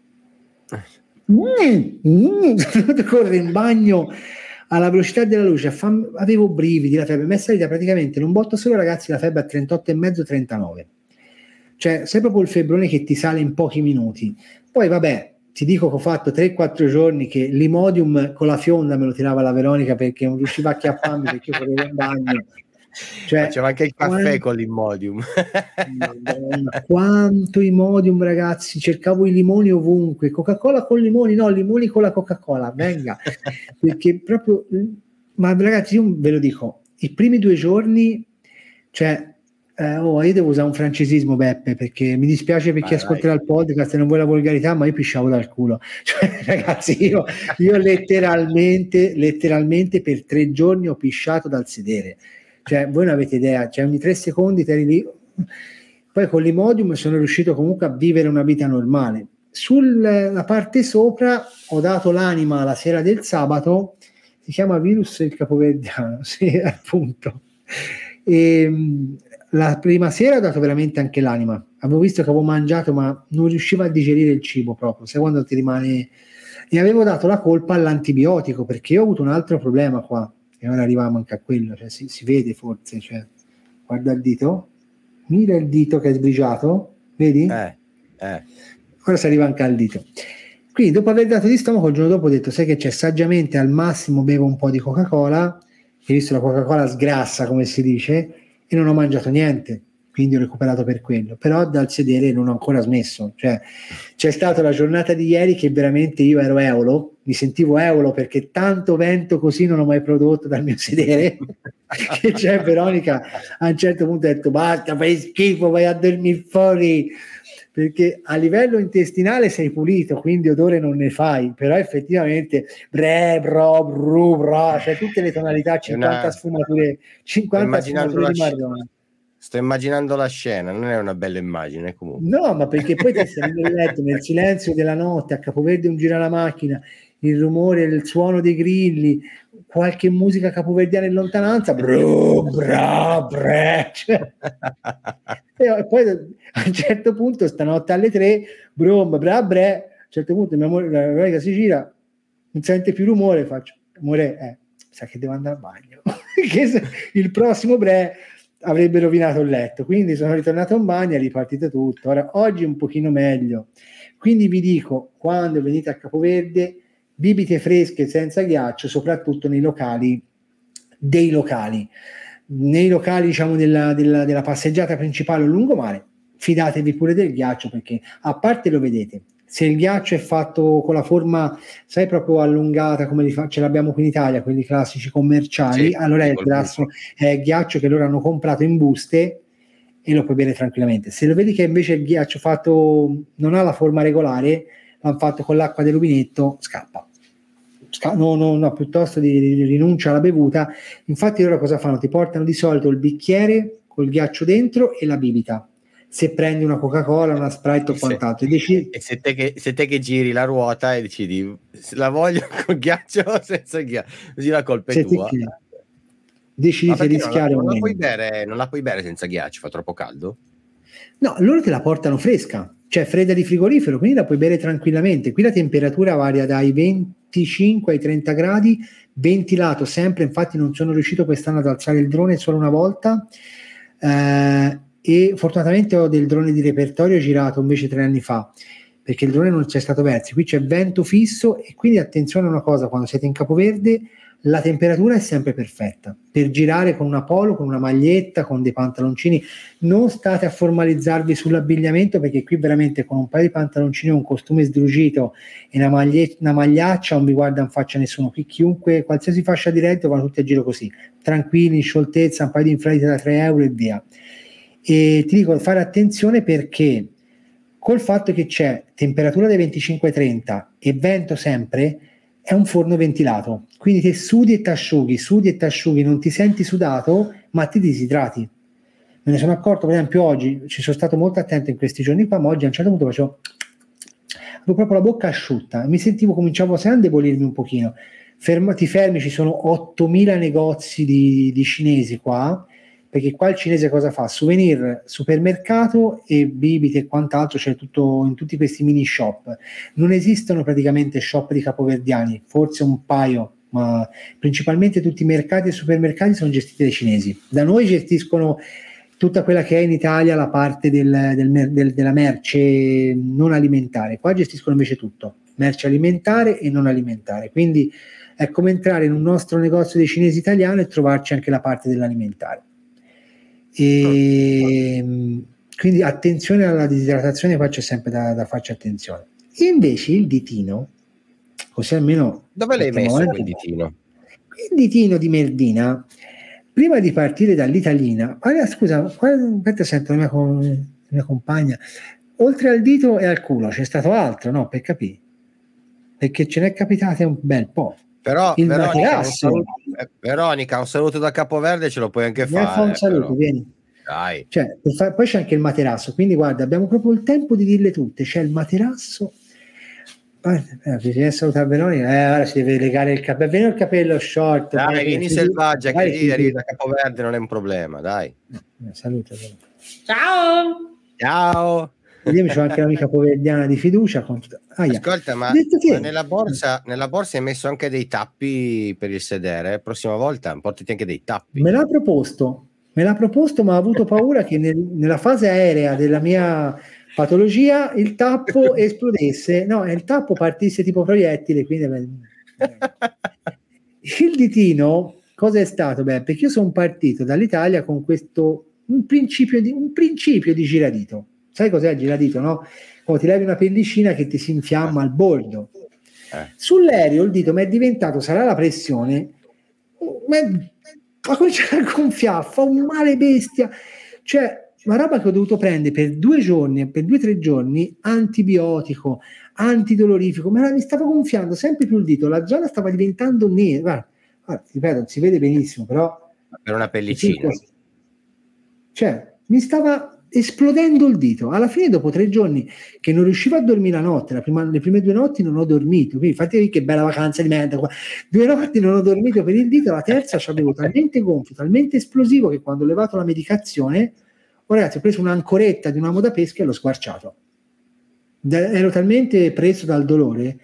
mm, mm, correre in bagno alla velocità della luce, fam- avevo brividi, la febbre mi è salita praticamente in un botto solo, ragazzi, la febbre a trentotto e mezzo, trentanove, cioè sei proprio il febbrone che ti sale in pochi minuti. Poi vabbè, ti dico che ho fatto tre quattro giorni che l'Imodium con la fionda me lo tirava la Veronica perché non riusciva a chiapparmi perché io correvo in bagno. Cioè, faceva anche il caffè quanto, con l'Imodium. Madonna, quanto Imodium, ragazzi, cercavo i limoni ovunque, Coca-Cola con limoni, no, limoni con la Coca-Cola, venga, perché proprio, ma ragazzi, io ve lo dico, i primi due giorni, cioè, eh, oh, io devo usare un francesismo, Beppe, perché mi dispiace per chi vai, ascolterà vai. Il podcast e non vuole la volgarità, ma io pisciavo dal culo, cioè, ragazzi, io, io letteralmente, letteralmente per tre giorni ho pisciato dal sedere. Cioè, voi non avete idea, cioè ogni tre secondi te eri lì. Poi con l'Imodium sono riuscito comunque a vivere una vita normale. Sulla parte sopra ho dato l'anima la sera del sabato, si chiama virus il capoverdiano, sì, appunto. E la prima sera ho dato veramente anche l'anima. Avevo visto che avevo mangiato, ma non riuscivo a digerire il cibo proprio, sai quando ti rimane. E avevo dato la colpa all'antibiotico, perché io ho avuto un altro problema qua. E ora arriviamo anche a quello, cioè si, si vede forse, cioè, guarda il dito, mira il dito che è sbriciato, vedi? Eh, eh. Ora si arriva anche al dito. Quindi dopo aver dato di stomaco, il giorno dopo ho detto, sai che c'è, saggiamente al massimo bevo un po' di Coca-Cola, che visto la Coca-Cola sgrassa, come si dice, e non ho mangiato niente, quindi ho recuperato per quello, però dal sedere non ho ancora smesso, cioè c'è stata la giornata di ieri che veramente io ero eolo, mi sentivo eolo perché tanto vento così non ho mai prodotto dal mio sedere, che c'è Veronica a un certo punto ha detto basta, fai schifo, vai a dormire fuori, perché a livello intestinale sei pulito, quindi odore non ne fai, però effettivamente bre, bro, bru, bro, cioè tutte le tonalità, cinquanta una... sfumature, cinquanta sfumature di marrone. Sto immaginando la scena, non è una bella immagine comunque. No, ma perché poi ti stai nel letto, nel silenzio della notte, a Capoverde un gira la macchina, il rumore, il suono dei grilli, qualche musica capoverdiana in lontananza, bru, bra, bre, cioè. E poi a un certo punto, stanotte alle tre, brum, bra, bre, a un certo punto mia amore, la Veronica si gira, non sente più rumore, faccio, amore, eh, sa che devo andare al bagno, che il prossimo bre avrebbe rovinato il letto, quindi sono ritornato in bagno, è ripartito tutto. Ora, oggi un pochino meglio, quindi vi dico, quando venite a Capoverde, bibite fresche senza ghiaccio, soprattutto nei locali dei locali nei locali diciamo della, della, della passeggiata principale o lungomare, fidatevi pure del ghiaccio, perché a parte lo vedete, se il ghiaccio è fatto con la forma, sai, proprio allungata come li fa, ce l'abbiamo qui in Italia, quelli classici commerciali, sì, allora è il grasso, è il ghiaccio che loro hanno comprato in buste e lo puoi bere tranquillamente. Se lo vedi che invece il ghiaccio fatto non ha la forma regolare, l'hanno fatto con l'acqua del rubinetto, scappa. No, no, no, piuttosto di, di rinuncia alla bevuta. Infatti loro cosa fanno? Ti portano di solito il bicchiere col ghiaccio dentro e la bibita. Se prendi una Coca-Cola, una Sprite o quant'altro e, decidi... e se, te che, se te che giri la ruota e decidi se la voglio con ghiaccio o senza ghiaccio, così la colpa è se tua. Che... decidi di rischiare non la, non, la puoi bere, non la puoi bere senza ghiaccio, fa troppo caldo? No, loro te la portano fresca, cioè fredda di frigorifero, quindi la puoi bere tranquillamente. Qui la temperatura varia dai venticinque ai trenta gradi, ventilato sempre, infatti non sono riuscito quest'anno ad alzare il drone solo una volta, eh, e fortunatamente ho del drone di repertorio girato invece tre anni fa, perché il drone non c'è stato verso, qui c'è vento fisso e quindi attenzione a una cosa, quando siete in Capoverde la temperatura è sempre perfetta per girare con una polo, con una maglietta, con dei pantaloncini. Non state a formalizzarvi sull'abbigliamento, perché qui veramente con un paio di pantaloncini, un costume sdrucito e una, maglie- una magliaccia non vi guarda in faccia nessuno. Qui chiunque, qualsiasi fascia di reddito, vanno tutti a giro così, tranquilli, in scioltezza, un paio di infradite da tre euro e via. E ti dico, fare attenzione perché col fatto che c'è temperatura dai venticinque ai trenta e vento sempre, è un forno ventilato, quindi te sudi e t'asciughi, sudi e t'asciughi, non ti senti sudato, ma ti disidrati. Me ne sono accorto, per esempio oggi, ci sono stato molto attento in questi giorni qua, ma oggi a un certo punto facevo, avevo proprio la bocca asciutta, mi sentivo, cominciavo a indebolirmi un pochino, ferma, ti fermi, ci sono ottomila negozi di, di cinesi qua, perché qua il cinese cosa fa? Souvenir, supermercato e bibite e quant'altro, c'è tutto in tutti questi mini shop. Non esistono praticamente shop di capoverdiani, forse un paio, ma principalmente tutti i mercati e supermercati sono gestiti dai cinesi. Da noi gestiscono tutta quella che è in Italia la parte del, del, del, della merce non alimentare, qua gestiscono invece tutto, merce alimentare e non alimentare, quindi è come entrare in un nostro negozio dei cinesi italiano e trovarci anche la parte dell'alimentare. E quindi attenzione alla disidratazione, qua c'è sempre da, da farci attenzione. E invece il ditino, così almeno dove l'hai messo il ditino? Il ditino di Merdina, prima di partire dall'Italina, guarda, scusa, aspetta, sento la mia, la mia compagna, oltre al dito e al culo c'è stato altro, no? Per capire, perché ce n'è capitato un bel po'. Però il Veronica un, saluto, eh, Veronica, un saluto da Capoverde ce lo puoi anche vieni fare. Un saluto, però. vieni. Dai. Cioè, far, poi c'è anche il materasso, quindi guarda, abbiamo proprio il tempo di dirle tutte. C'è il materasso. Guarda, bisogna salutare Veronica. Eh, ora si deve legare il capello. Vieni il capello short. Dai, dai, vieni selvaggia, che lì arrivi da Capoverde, non è un problema, dai. Eh, saluta. Ciao. Ciao. Io mi c'ho anche l'amica poverdiana di fiducia. Con... Ah, yeah. Ascolta, ma, ma nella borsa nella borsa hai messo anche dei tappi per il sedere? Prossima volta portati anche dei tappi. Me l'ha proposto, me l'ha proposto, ma ho avuto paura che nel, nella fase aerea della mia patologia il tappo esplodesse. No, il tappo partisse tipo proiettile. Quindi... il ditino, cosa è stato? Beh, perché io sono partito dall'Italia con questo un principio di, un principio di giradito. Sai cos'è il giradito, no? Quando ti levi una pellicina che ti si infiamma al bordo. Eh. Sull'aereo il dito mi è diventato, sarà la pressione, ma ha cominciato a gonfiare, fa un male bestia. Cioè, una roba che ho dovuto prendere per due giorni, per due o tre giorni, antibiotico, antidolorifico, ma mi stava gonfiando sempre più il dito, la zona stava diventando nera. Guarda, guarda, ripeto, si vede benissimo, però... Per una pellicina. Cioè, mi stava... esplodendo il dito. Alla fine, dopo tre giorni che non riuscivo a dormire la notte, la prima, le prime due notti non ho dormito, quindi fate che bella vacanza di merda, due notti non ho dormito per il dito, la terza ci avevo talmente gonfio, talmente esplosivo che quando ho levato la medicazione, oh ragazzi, ho preso un'ancoretta di un amo da pesca e l'ho squarciato. Ero talmente preso dal dolore.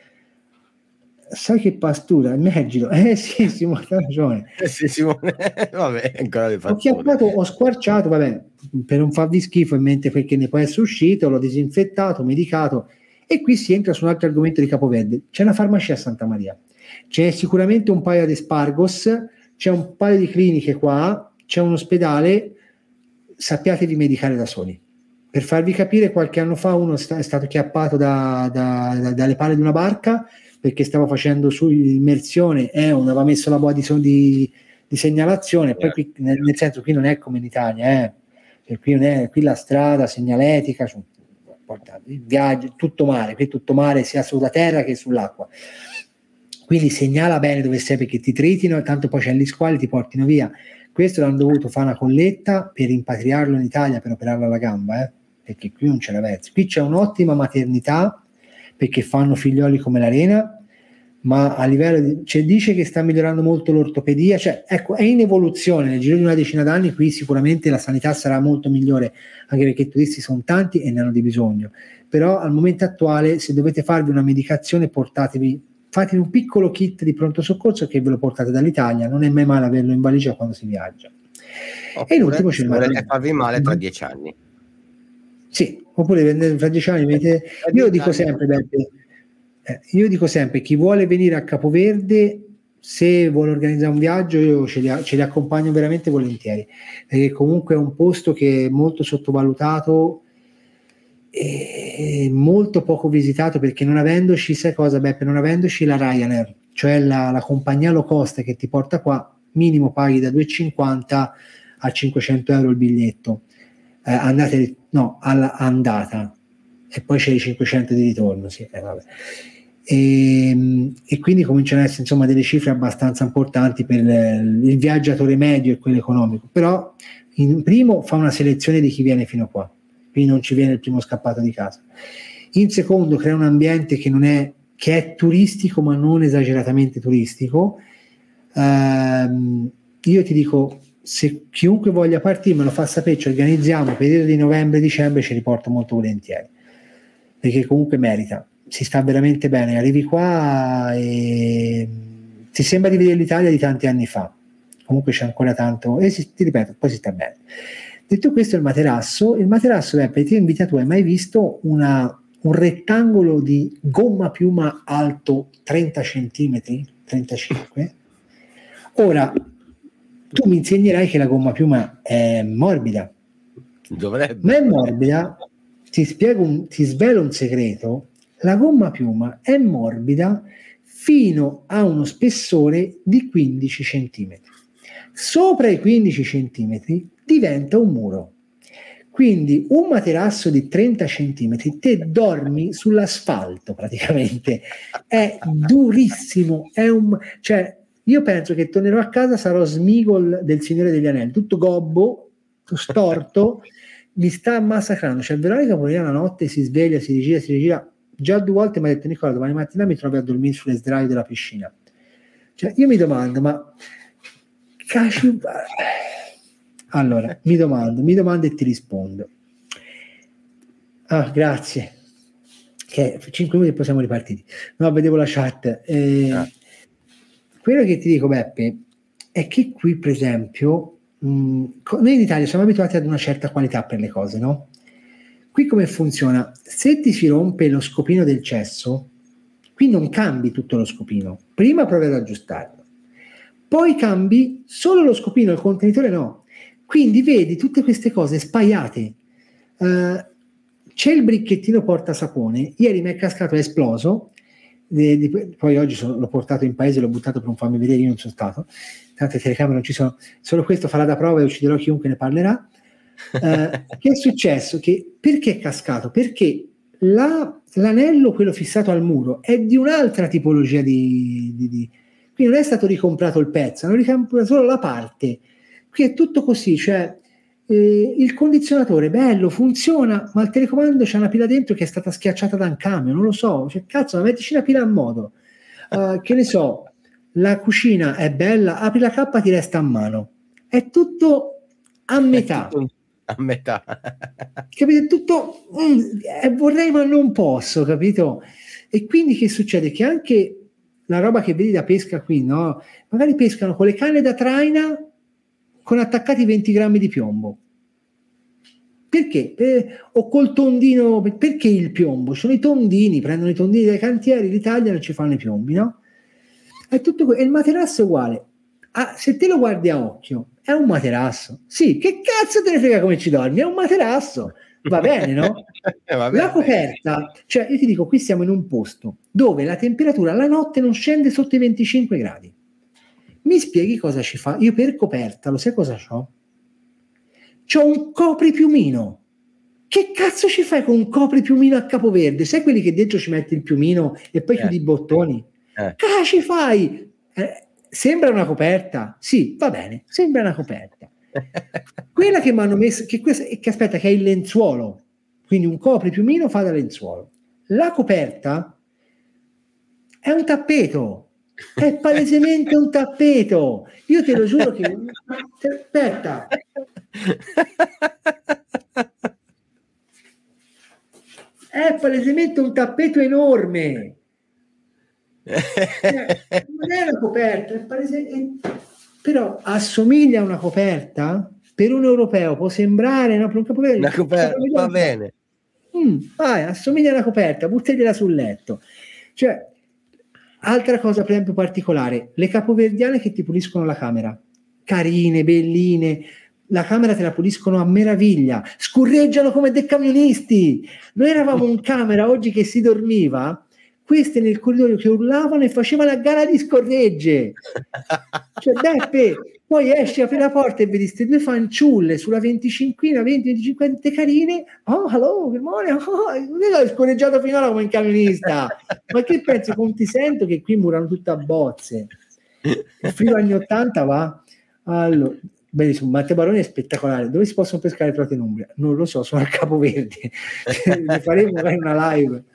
Sai che pastura, immagino. Eh sì, Simone, ha ragione. Eh sì, Simone, vabbè, ancora le ho chiappato, ho squarciato, vabbè, per non farvi schifo in mente perché ne può essere uscito, l'ho disinfettato, medicato, e qui si entra su un altro argomento di Capoverde. C'è una farmacia a Santa Maria, c'è sicuramente un paio di Spargos, c'è un paio di cliniche qua, c'è un ospedale, sappiatevi medicare da soli. Per farvi capire, qualche anno fa uno sta, è stato chiappato da, da, da, dalle pale di una barca perché stava facendo su immersione e eh, non aveva messo la boa di, di, di segnalazione. Yeah. Poi qui, nel, nel senso, qui non è come in Italia, eh. Cioè, qui, non è, qui la strada, segnaletica, cioè, viaggio, tutto mare, qui tutto mare sia sulla terra che sull'acqua. Quindi segnala bene dove sei perché ti tritino e tanto poi c'è gli squali, ti portino via. Questo l'hanno dovuto fare una colletta per rimpatriarlo in Italia per operarlo alla gamba, eh, perché qui non c'è la verso. Qui c'è un'ottima maternità perché fanno figlioli come l'arena, ma a livello di, cioè, dice che sta migliorando molto l'ortopedia, cioè ecco, è in evoluzione. Nel giro di una decina d'anni qui sicuramente la sanità sarà molto migliore, anche perché i turisti sono tanti e ne hanno di bisogno. Però al momento attuale, se dovete farvi una medicazione, portatevi fatevi un piccolo kit di pronto soccorso che ve lo portate dall'Italia, non è mai male averlo in valigia quando si viaggia. Oppure, e l'ultimo c'è il farvi male tra dieci anni. Sì, oppure tra dieci anni vedete, io dico sempre, Beppe, eh, io dico sempre, chi vuole venire a Capoverde, se vuole organizzare un viaggio, io ce li, ce li accompagno veramente volentieri, perché comunque è un posto che è molto sottovalutato e molto poco visitato, perché non avendoci, sai cosa, Beppe, non avendoci la Ryanair, cioè la, la compagnia low cost che ti porta qua, minimo paghi da due e cinquanta a cinquecento euro il biglietto, eh, andate, no, alla andata, e poi c'è i cinquecento di ritorno, sì, eh, vabbè. E, e quindi cominciano ad essere insomma delle cifre abbastanza importanti per il, il viaggiatore medio e quello economico, però in primo fa una selezione di chi viene fino a qua, quindi non ci viene il primo scappato di casa. In secondo crea un ambiente che non è che è turistico ma non esageratamente turistico. Ehm, io ti dico, se chiunque voglia partire me lo fa sapere, ci organizziamo, periodo di novembre-dicembre, ci riporto molto volentieri, perché comunque merita, si sta veramente bene, arrivi qua e ti sembra di vedere l'Italia di tanti anni fa, comunque c'è ancora tanto, e si, ti ripeto, poi si sta bene. Detto questo, il materasso, il materasso, Beppe, ti invita, tu hai mai visto una, un rettangolo di gomma piuma alto trenta centimetri, trentacinque? Ora, tu mi insegnerai che la gomma piuma è morbida. Dovrebbe. Ma è morbida, ti spiego, un, ti svelo un segreto, la gomma piuma è morbida fino a uno spessore di quindici centimetri. Sopra i quindici centimetri diventa un muro. Quindi un materasso di trenta centimetri, te dormi sull'asfalto praticamente, è durissimo, è un, cioè io penso che tornerò a casa, sarò Smigol del Signore degli Anelli, tutto gobbo, storto, mi sta massacrando. Cioè Veronica poi la notte si sveglia, si rigira, si rigira, già due volte mi ha detto: Nicola, domani mattina mi trovi a dormire sulle sdraio della piscina. Cioè io mi domando, ma caci... Allora, mi domando, mi domando e ti rispondo. Ah, grazie. Che cinque minuti e poi siamo ripartiti. No, vedevo la chat. Eh, ah. Quello che ti dico, Beppe, è che qui, per esempio, mh, noi in Italia siamo abituati ad una certa qualità per le cose, no? Qui come funziona? Se ti si rompe lo scopino del cesso, qui non cambi tutto lo scopino. Prima provi ad aggiustarlo. Poi cambi solo lo scopino, il contenitore no. Quindi vedi tutte queste cose spaiate. Uh, c'è il bricchettino portasapone, ieri mi è cascato, è esploso, di, di, poi oggi sono, l'ho portato in paese, l'ho buttato per non farmi vedere, io non sono stato, tante telecamere non ci sono, solo questo farà da prova e ucciderò chiunque ne parlerà. Uh, che è successo? Che, perché è cascato? Perché la, l'anello, quello fissato al muro, è di un'altra tipologia di, di, di quindi non è stato ricomprato il pezzo, hanno ricomprato solo la parte. Qui è tutto così, cioè eh, il condizionatore bello, funziona, ma il telecomando c'è una pila dentro che è stata schiacciata da un camion, non lo so, cioè cazzo, ma mettici una pila a modo. Uh, che ne so, la cucina è bella, apri la cappa, ti resta a mano. È tutto a metà. Tutto a metà. Capito? È tutto, mm, eh, vorrei ma non posso, capito? E quindi che succede? Che anche la roba che vedi da pesca qui, no? Magari pescano con le canne da traina con attaccati venti grammi di piombo. Perché? Per, o col tondino, perché il piombo? Sono i tondini, prendono i tondini dai cantieri, li tagliano e ci fanno i piombi, no? È tutto, e il materasso è uguale. Ah, se te lo guardi a occhio, è un materasso. Sì, che cazzo te ne frega come ci dormi? È un materasso. Va bene, no? Va bene. La coperta, cioè io ti dico, qui siamo in un posto dove la temperatura la notte non scende sotto i venticinque gradi. Mi spieghi cosa ci fa? Io per coperta, lo sai cosa c'ho? C'ho un copripiumino. Che cazzo ci fai con un copripiumino a capoverde? Sai quelli che dentro ci metti il piumino e poi eh. chiudi i bottoni? Eh. Cosa ci fai? Eh, sembra una coperta? Sì, va bene, sembra una coperta. Quella che mi hanno messo, che, questa, che aspetta, che è il lenzuolo. Quindi un copripiumino fa da lenzuolo. La coperta è un tappeto. È palesemente un tappeto. Io te lo giuro che aspetta, è palesemente un tappeto enorme. Cioè, non è una coperta, è palese... però assomiglia a una coperta. Per un europeo può sembrare no, una coperta, una coperta va bene. Mm, vai, assomiglia a una coperta, buttagliela sul letto. Cioè, altra cosa per esempio particolare, le capoverdiane che ti puliscono la camera, carine, belline, la camera te la puliscono a meraviglia, scurreggiano come dei camionisti. Noi eravamo in camera oggi che si dormiva, queste nel corridoio che urlavano e facevano la gara di scorregge. Cioè Beppe, poi esci, apri la porta e vedi queste due fanciulle sulla venticinquina, venti venticinque carine. Oh, hello, good morning. Oh, ho scorreggiato finora come un camionista. Ma che pensi, come ti sento che qui murano tutte a bozze. Il frigo anni ottanta va. Allora, benissimo, Matteo Baroni è spettacolare. Dove si possono pescare trote in Umbria? Non lo so, sono al Capoverde. Ne faremo magari una live.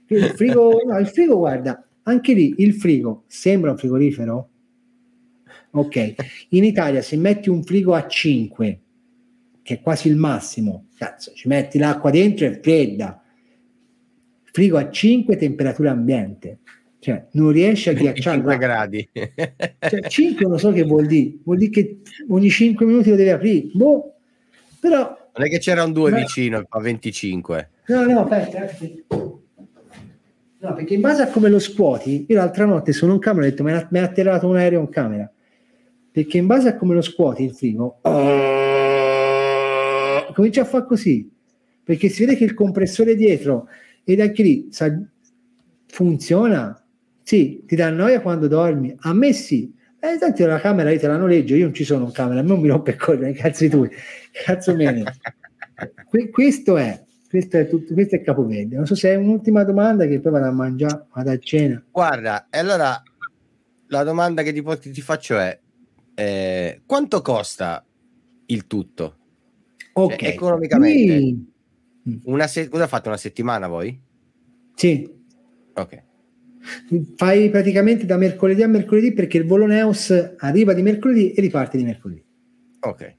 Il frigo, no, il frigo, guarda, anche lì il frigo sembra un frigorifero. Ok, in Italia se metti un frigo a cinque, che è quasi il massimo, cazzo, ci metti l'acqua dentro e è fredda. Frigo a cinque, temperatura ambiente, cioè non riesce a ghiacciare cinque gradi. Cioè, cinque non so che vuol dire, vuol dire che ogni cinque minuti lo deve aprire. Boh, però non è che c'era un due ma... vicino a venticinque. No, no, aspetta, no, perché in base a come lo scuoti, io l'altra notte sono in camera e ho detto mi ha atterrato un aereo in camera, perché in base a come lo scuoti il frigo comincia a fare così, perché si vede che il compressore dietro ed anche lì sa, funziona. Sì, ti dà noia quando dormi, a me sì. Eh, tanto la camera io te la noleggio, io non ci sono in camera, a me non mi rompe il coglione, cazzo tu, cazzo meno. Que- questo è, questo è tutto, questo è Capoverde. Non so se è un'ultima domanda che poi vado a mangiare, vado a cena. Guarda, allora la domanda che ti, ti faccio è eh, quanto costa il tutto? Ok. Cioè, economicamente. Sì. Una se- cosa fate, una settimana voi? Sì. Ok. Fai praticamente da mercoledì a mercoledì, perché il volo Neos arriva di mercoledì e riparte di mercoledì. Ok.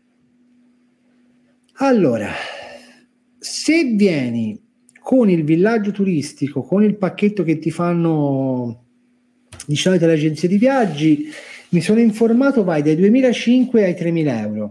Allora, se vieni con il villaggio turistico, con il pacchetto che ti fanno di solito le agenzie di viaggi, mi sono informato, vai dai duemilacinque ai tremila euro.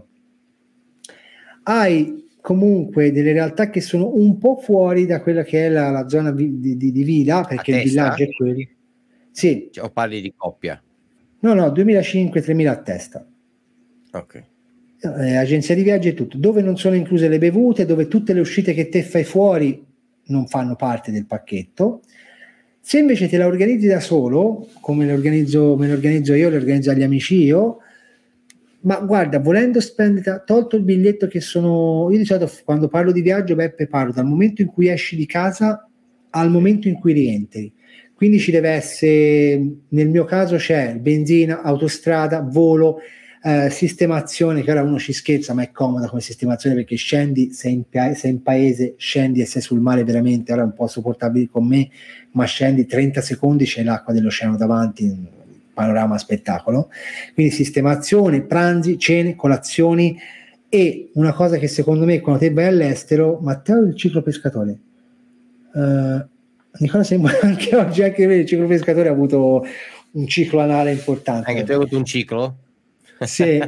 Hai comunque delle realtà che sono un po' fuori da quella che è la, la zona di, di, di Vila, perché il villaggio è quello. Sì. Cioè, o parli di coppia? No, no, duemilacinque tremila a testa. Ok. Eh, agenzia di viaggio e tutto, dove non sono incluse le bevute, dove tutte le uscite che te fai fuori non fanno parte del pacchetto. Se invece te la organizzi da solo, come le organizzo, me le organizzo io, le organizzo agli amici io, ma guarda, volendo spendere, tolto il biglietto che sono, io di solito quando parlo di viaggio, Beppe, parlo dal momento in cui esci di casa al momento in cui rientri. Quindi ci deve essere, nel mio caso c'è benzina, autostrada, volo, eh, sistemazione, che ora uno ci scherza, ma è comoda come sistemazione perché scendi, sei in, pa- sei in paese, scendi e sei sul mare veramente, ora è un po' sopportabile con me, ma scendi trenta secondi, c'è l'acqua dell'oceano davanti, panorama spettacolo. Quindi sistemazione, pranzi, cene, colazioni e una cosa che secondo me quando te vai all'estero, Matteo il ciclopescatore, uh, Nicola sembra anche oggi anche il ciclopescatore ha avuto un ciclo anale importante. Anche tu hai avuto un ciclo? Sì.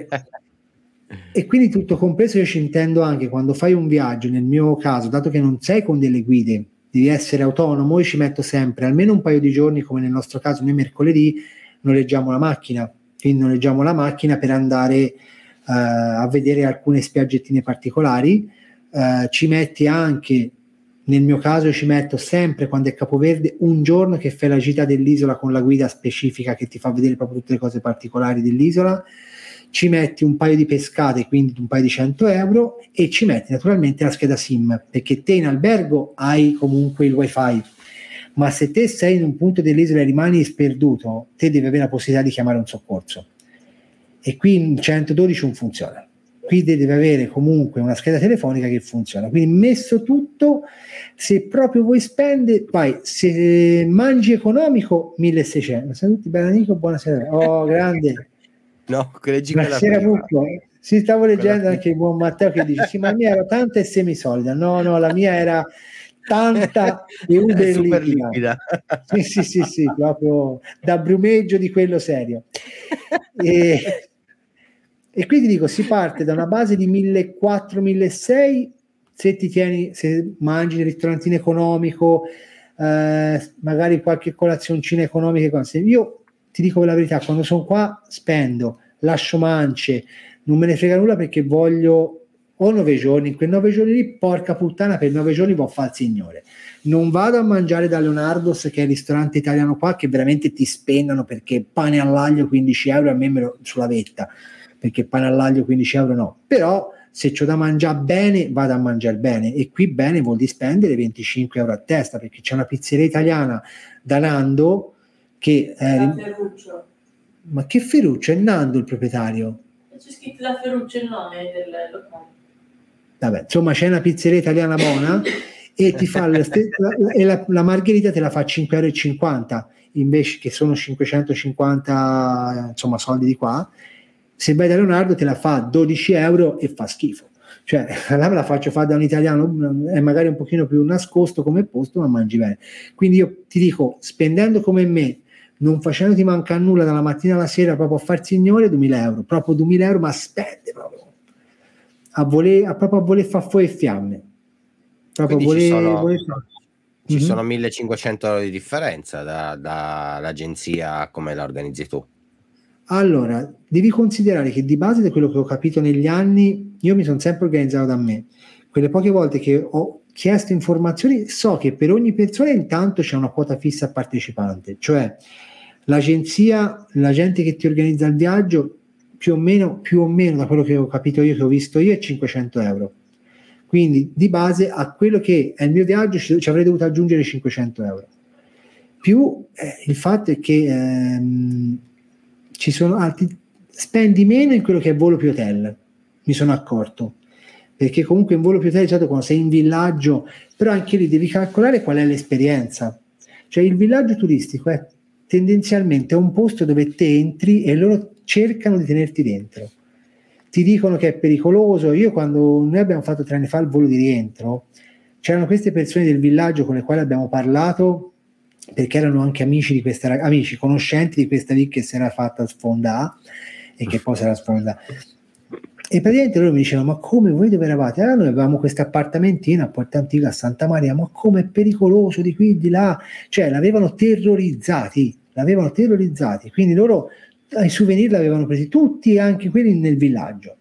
E quindi tutto compreso, io ci intendo anche quando fai un viaggio, nel mio caso, dato che non sei con delle guide, devi essere autonomo, io ci metto sempre almeno un paio di giorni, come nel nostro caso noi mercoledì noleggiamo la macchina, quindi noleggiamo la macchina per andare uh, a vedere alcune spiaggettine particolari, uh, ci metti anche, nel mio caso ci metto sempre quando è Capoverde un giorno che fai la gita dell'isola con la guida specifica che ti fa vedere proprio tutte le cose particolari dell'isola, ci metti un paio di pescate, quindi un paio di cento euro, e ci metti naturalmente la scheda SIM, perché te in albergo hai comunque il wifi, ma se te sei in un punto dell'isola e rimani sperduto, te devi avere la possibilità di chiamare un soccorso, e qui in centododici non funziona, qui devi avere comunque una scheda telefonica che funziona. Quindi messo tutto, se proprio vuoi spendere, vai, se mangi economico milleseicento. Saluti Beranico, buonasera. Oh, grande. No, leggi buonasera Mucco. Si stavo leggendo quella... anche il buon Matteo che dice sì, ma la mia era tanta e semisolida. No, no, la mia era tanta e uber super liquida. liquida. Sì, sì, sì, sì, proprio da brumeggio di quello serio. E, e quindi dico, si parte da una base di millequattrocento milleseicento, se ti tieni, se mangi nel ristorantino economico, eh, magari qualche colazioncina economica. Io ti dico la verità, quando sono qua spendo, lascio mance, non me ne frega nulla perché voglio o nove giorni, in quei nove giorni lì, porca puttana, per nove giorni può fare il signore. Non vado a mangiare da Leonardo's, che è il ristorante italiano qua, che veramente ti spennano, perché pane all'aglio quindici euro, a me me lo sulla vetta, perché pane all'aglio quindici euro no, però se c'ho da mangiare bene vado a mangiare bene, e qui bene vuol dire spendere venticinque euro a testa, perché c'è una pizzeria italiana da Nando che è... Ferruccio. Ma che Ferruccio? È Nando il proprietario? C'è scritto da Ferruccio il nome del locale. Vabbè, insomma c'è una pizzeria italiana buona e ti fa la, la, e la, la margherita te la fa cinque euro e cinquanta invece che sono cinquecentocinquanta insomma soldi di qua. Se vai da Leonardo te la fa dodici euro e fa schifo, cioè là me la faccio fare da un italiano, è magari un pochino più nascosto come posto ma mangi bene. Quindi io ti dico, spendendo come me, non facendoti mancare nulla dalla mattina alla sera, proprio a far signore, duemila euro, proprio duemila euro, ma spende proprio a voler, a proprio a voler far fuoco e fiamme, proprio a voler, ci sono, voler... ci mm-hmm. sono millecinquecento euro di differenza da, dall'agenzia come la organizzi tu. Allora, devi considerare che di base da quello che ho capito negli anni, io mi sono sempre organizzato da me. Quelle poche volte che ho chiesto informazioni, so che per ogni persona intanto c'è una quota fissa a partecipante, cioè l'agenzia, la gente che ti organizza il viaggio, più o meno, più o meno da quello che ho capito io, che ho visto io, è cinquecento euro. Quindi di base a quello che è il mio viaggio ci, ci avrei dovuto aggiungere cinquecento euro. Più eh, il fatto è che... Ehm, ci sono altri, spendi meno in quello che è volo più hotel, mi sono accorto, perché comunque in volo più hotel, certo, quando sei in villaggio, però anche lì devi calcolare qual è l'esperienza, cioè il villaggio turistico è tendenzialmente un posto dove te entri e loro cercano di tenerti dentro, ti dicono che è pericoloso. Io quando noi abbiamo fatto tre anni fa il volo di rientro, c'erano queste persone del villaggio con le quali abbiamo parlato, perché erano anche amici di questa amici, conoscenti di questa lì che si era fatta sfondare e che poi si era sfondata. E praticamente loro mi dicevano: ma come, voi dove eravate? Ah, noi avevamo questo appartamentino a Porta Antica a Santa Maria. Ma come è pericoloso di qui di là, cioè l'avevano terrorizzati l'avevano terrorizzati, quindi loro ai souvenir l'avevano presi tutti, anche quelli nel villaggio.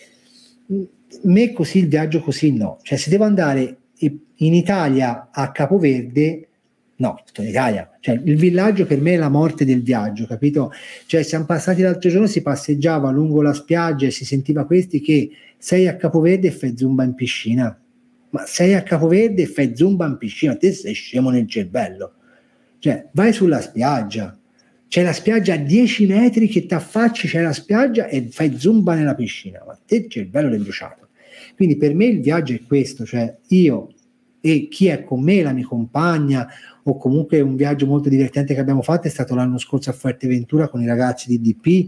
Me così il viaggio così no, cioè se devo andare in Italia a Capoverde, no, sto in Italia, cioè il villaggio per me è la morte del viaggio, capito? Cioè siamo passati l'altro giorno, si passeggiava lungo la spiaggia e si sentiva questi che sei a Capoverde e fai zumba in piscina, ma sei a Capoverde e fai zumba in piscina, te sei scemo nel cervello, cioè vai sulla spiaggia, c'è la spiaggia a dieci metri che ti affacci, c'è la spiaggia e fai zumba nella piscina, ma te il cervello è bruciato. Quindi per me il viaggio è questo, cioè io e chi è con me, la mia compagna, o comunque un viaggio molto divertente che abbiamo fatto è stato l'anno scorso a Fuerteventura con i ragazzi di D P,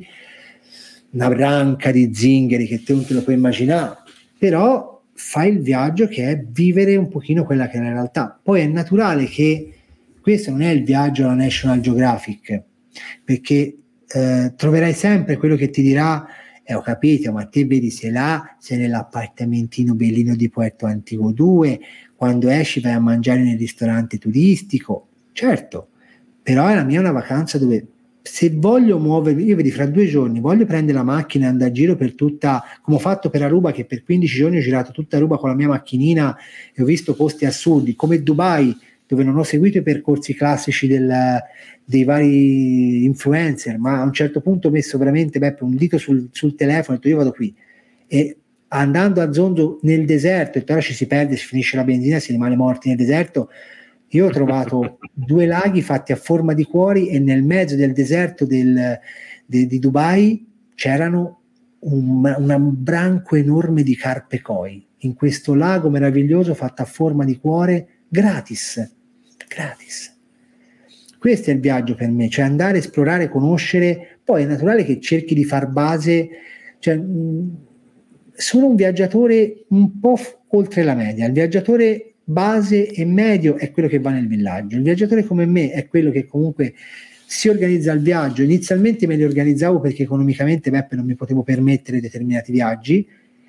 una branca di zingari che te non te lo puoi immaginare, però fai il viaggio che è vivere un pochino quella che è la realtà. Poi è naturale che questo non è il viaggio alla National Geographic, perché eh, troverai sempre quello che ti dirà: eh, ho capito, ma te vedi sei là, sei nell'appartamentino bellino di Puerto Antico due, quando esci vai a mangiare nel ristorante turistico. Certo, però è la mia una vacanza dove se voglio muovermi, io vedi fra due giorni voglio prendere la macchina e andare a giro per tutta, come ho fatto per Aruba, che per quindici giorni ho girato tutta Aruba con la mia macchinina e ho visto posti assurdi, come Dubai, dove non ho seguito i percorsi classici del, dei vari influencer, ma a un certo punto ho messo veramente Beppe, un dito sul, sul telefono e ho detto io vado qui, e andando a Zonzo nel deserto, e ora ci si perde, si finisce la benzina, si rimane morti nel deserto. Io ho trovato due laghi fatti a forma di cuori e nel mezzo del deserto del, de, di Dubai c'erano un, un branco enorme di carpe koi in questo lago meraviglioso fatto a forma di cuore, gratis gratis. Questo è il viaggio per me, cioè andare a esplorare, conoscere. Poi è naturale che cerchi di far base, cioè mh, sono un viaggiatore un po' f- oltre la media. Il viaggiatore base e medio è quello che va nel villaggio, il viaggiatore come me è quello che comunque si organizza il viaggio. Inizialmente me li organizzavo perché economicamente Beppe non mi potevo permettere determinati viaggi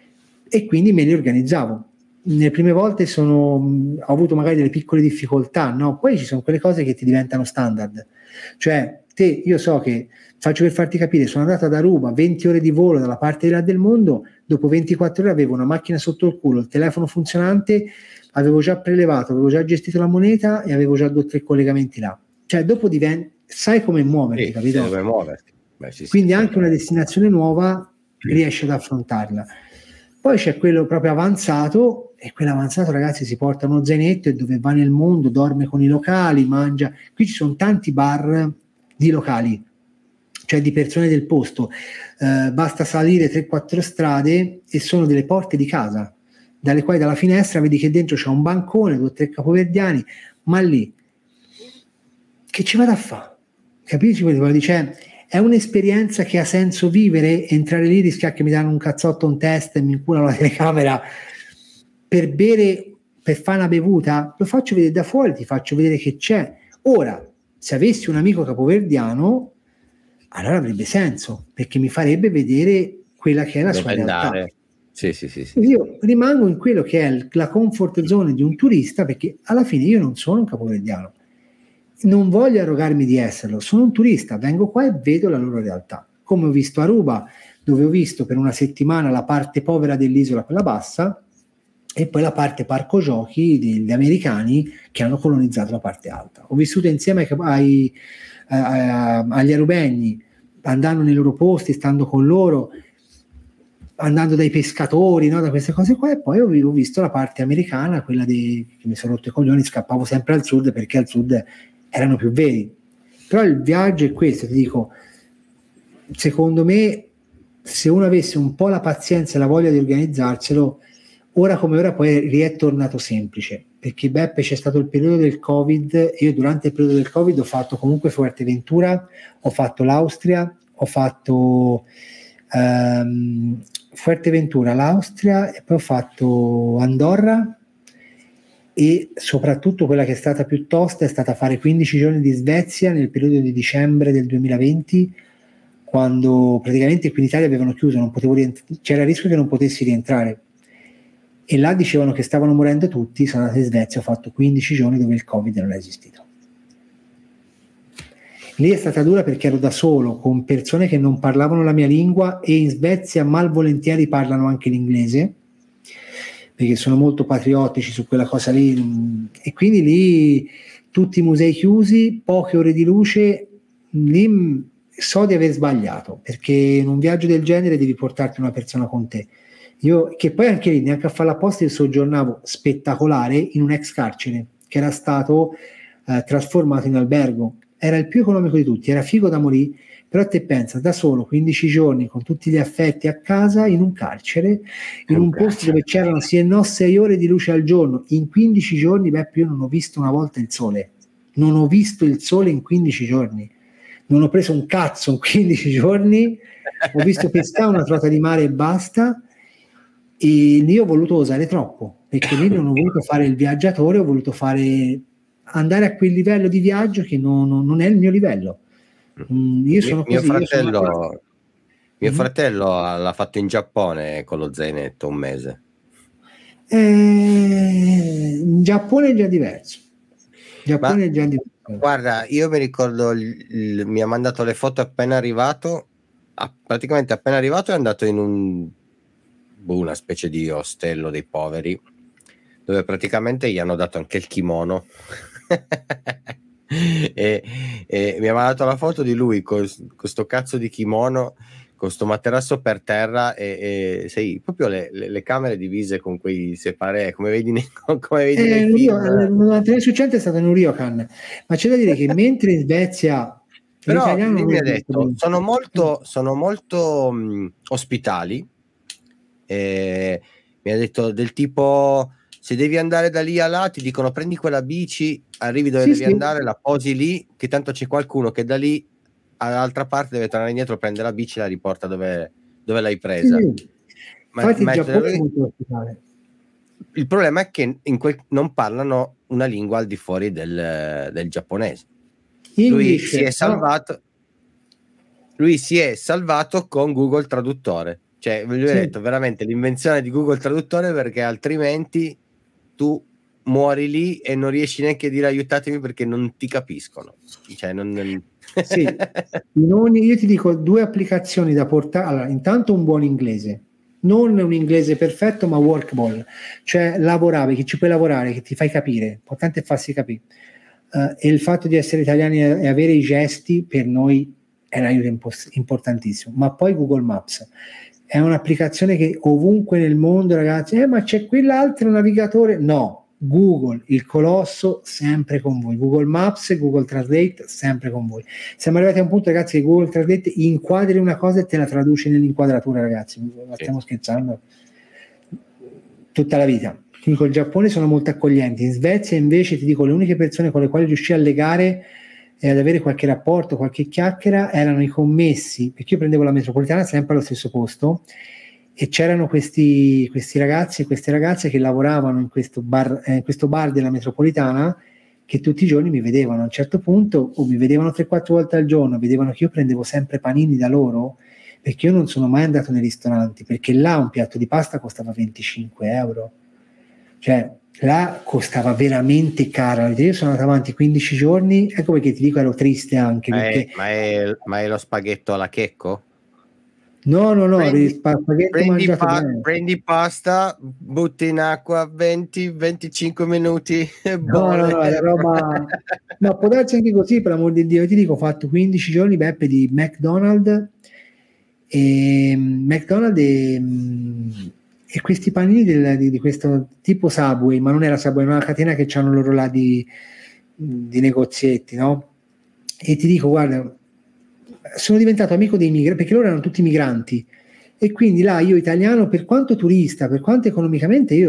e quindi me li organizzavo. Nelle prime volte sono, ho avuto magari delle piccole difficoltà, no? Poi ci sono quelle cose che ti diventano standard, cioè te, io so che, faccio per farti capire, sono andato ad Aruba, venti ore di volo dalla parte di là del mondo, dopo ventiquattro ore avevo una macchina sotto il culo, il telefono funzionante, avevo già prelevato, avevo già gestito la moneta e avevo già due o tre collegamenti là, cioè dopo diventi, sai come muoverti, sì, capito? Dove muoverti. Beh, sì, quindi sì, anche sì, una destinazione nuova riesce ad affrontarla. Poi c'è quello proprio avanzato, e quello avanzato, ragazzi, si porta uno zainetto e dove va nel mondo, dorme con i locali, mangia. Qui ci sono tanti bar di locali, cioè di persone del posto, eh, basta salire tre quattro strade e sono delle porte di casa dalle quali dalla finestra vedi che dentro c'è un bancone, due o tre capoverdiani, ma lì che ci vado a fare? Capisci quello che dice? È un'esperienza che ha senso vivere, entrare lì, rischia che mi danno un cazzotto, un test e mi inculano la telecamera per bere, per fare una bevuta. Lo faccio vedere da fuori, ti faccio vedere che c'è. Ora, se avessi un amico capoverdiano, allora avrebbe senso, perché mi farebbe vedere quella che è la Deve sua andare. realtà. Sì, sì, sì, sì. Io rimango in quello che è la comfort zone di un turista, perché alla fine io non sono un capoverdiano, non voglio arrogarmi di esserlo, sono un turista, vengo qua e vedo la loro realtà, come ho visto Aruba, dove ho visto per una settimana la parte povera dell'isola, quella bassa, e poi la parte parco giochi degli americani che hanno colonizzato la parte alta. Ho vissuto insieme ai, ai, ai, agli arubegni, andando nei loro posti, stando con loro, andando dai pescatori, no, da queste cose qua, e poi ho, ho visto la parte americana, quella di, che mi sono rotto i coglioni, scappavo sempre al sud perché al sud erano più veri. Però il viaggio è questo, ti dico, secondo me se uno avesse un po' la pazienza e la voglia di organizzarselo, ora come ora poi è tornato semplice, perché Beppe c'è stato il periodo del Covid, io durante il periodo del Covid ho fatto comunque Fuerteventura, ho fatto l'Austria, ho fatto um, Fuerteventura, l'Austria, e poi ho fatto Andorra, e soprattutto quella che è stata più tosta è stata fare quindici giorni di Svezia nel periodo di dicembre del duemilaventi, quando praticamente qui in Italia avevano chiuso, non potevo rientrare, c'era il rischio che non potessi rientrare, e là dicevano che stavano morendo tutti. Sono andato in Svezia, ho fatto quindici giorni dove il Covid non è esistito. Lì è stata dura perché ero da solo con persone che non parlavano la mia lingua, e in Svezia malvolentieri parlano anche l'inglese perché sono molto patriottici su quella cosa lì, e quindi lì tutti i musei chiusi, poche ore di luce. Lì so di aver sbagliato, perché in un viaggio del genere devi portarti una persona con te. Io, che poi anche lì, neanche a farla apposta, io soggiornavo spettacolare in un ex carcere che era stato eh, trasformato in albergo. Era il più economico di tutti, era figo da morire, però te pensa, da solo quindici giorni con tutti gli affetti a casa, in un carcere, in un posto dove c'erano sì e no sei ore di luce al giorno, in quindici giorni. Beh, io non ho visto una volta il sole, non ho visto il sole in quindici giorni, non ho preso un cazzo in quindici giorni, ho visto pescare una trota di mare e basta. E lì ho voluto osare troppo, perché lì non ho voluto fare il viaggiatore, ho voluto fare andare a quel livello di viaggio che non, non, non è il mio livello. Mm, io sono mio così, fratello, io sono... mio mm-hmm. fratello l'ha fatto in Giappone con lo zainetto un mese. Eh, in Giappone è già diverso. Giappone Ma, è già diverso. Guarda, io mi ricordo il, il, mi ha mandato le foto appena arrivato, a, praticamente appena arrivato è andato in un una specie di ostello dei poveri, dove praticamente gli hanno dato anche il kimono e, e mi ha mandato la foto di lui con questo cazzo di kimono, con sto materasso per terra, e, e sei proprio le, le, le camere divise con quei separé, come vedi nei, come vedi eh, nei film. La su cento è stato in un ryokan, ma c'è da dire che mentre in Svezia però l'italiano lui mi ha detto sono molto, sono molto mh, ospitali. Eh, mi ha detto del tipo, se devi andare da lì a là ti dicono prendi quella bici, arrivi dove sì, devi sì. andare, la posi lì, che tanto c'è qualcuno che da lì all'altra parte deve tornare indietro, prende la bici e la riporta dove, dove l'hai presa. Sì. Ma, infatti ma il Giappone è molto ospitale. Il problema è che in quel, non parlano una lingua al di fuori del, del giapponese. English, lui si è salvato no. lui si è salvato con Google Traduttore. Cioè, lui sì. ha detto veramente l'invenzione di Google Traduttore, perché altrimenti tu muori lì e non riesci neanche a dire aiutatemi perché non ti capiscono. Cioè, non, non... Sì. In ogni, io ti dico due applicazioni da portare. Allora, intanto un buon inglese, non un inglese perfetto, ma workable, cioè lavorare, che ci puoi lavorare, che ti fai capire. L'importante è farsi capire. Uh, e il fatto di essere italiani e avere i gesti per noi è un aiuto impost- importantissimo. Ma poi Google Maps è un'applicazione che ovunque nel mondo, ragazzi, eh, ma c'è quell'altro navigatore. No, Google, il colosso, sempre con voi. Google Maps e Google Translate, sempre con voi. Siamo arrivati a un punto, ragazzi, che Google Translate inquadri una cosa e te la traduce nell'inquadratura, ragazzi. Ma stiamo sì. scherzando? tutta la vita. Ti dico, il Giappone sono molto accoglienti, in Svezia invece ti dico le uniche persone con le quali riuscii a legare e ad avere qualche rapporto, qualche chiacchiera erano i commessi, perché io prendevo la metropolitana sempre allo stesso posto e c'erano questi, questi ragazzi e queste ragazze che lavoravano in questo bar, eh, questo bar della metropolitana, che tutti i giorni mi vedevano. A un certo punto o mi vedevano tre quattro volte al giorno, vedevano che io prendevo sempre panini da loro, perché io non sono mai andato nei ristoranti, perché là un piatto di pasta costava venticinque euro, cioè là costava veramente cara. Io sono andato avanti quindici giorni, ecco perché ti dico ero triste anche. Ma, perché... è, ma, è, ma è lo spaghetto alla Checco? No, no, no, prendi, spaghetto prendi, mangiato pa- bene. prendi pasta, butti in acqua venti venticinque minuti e no, no, no, è la roba. Ma può darsi anche così, per l'amor di Dio. Io ti dico, ho fatto quindici giorni, Beppe, di McDonald's e McDonald's e, e questi panini del, di, di questo tipo Subway, ma non era Subway, è una catena che hanno loro là di, di negozietti, no? E ti dico, guarda, sono diventato amico dei migranti, perché loro erano tutti migranti, e quindi là io italiano, per quanto turista, per quanto economicamente io,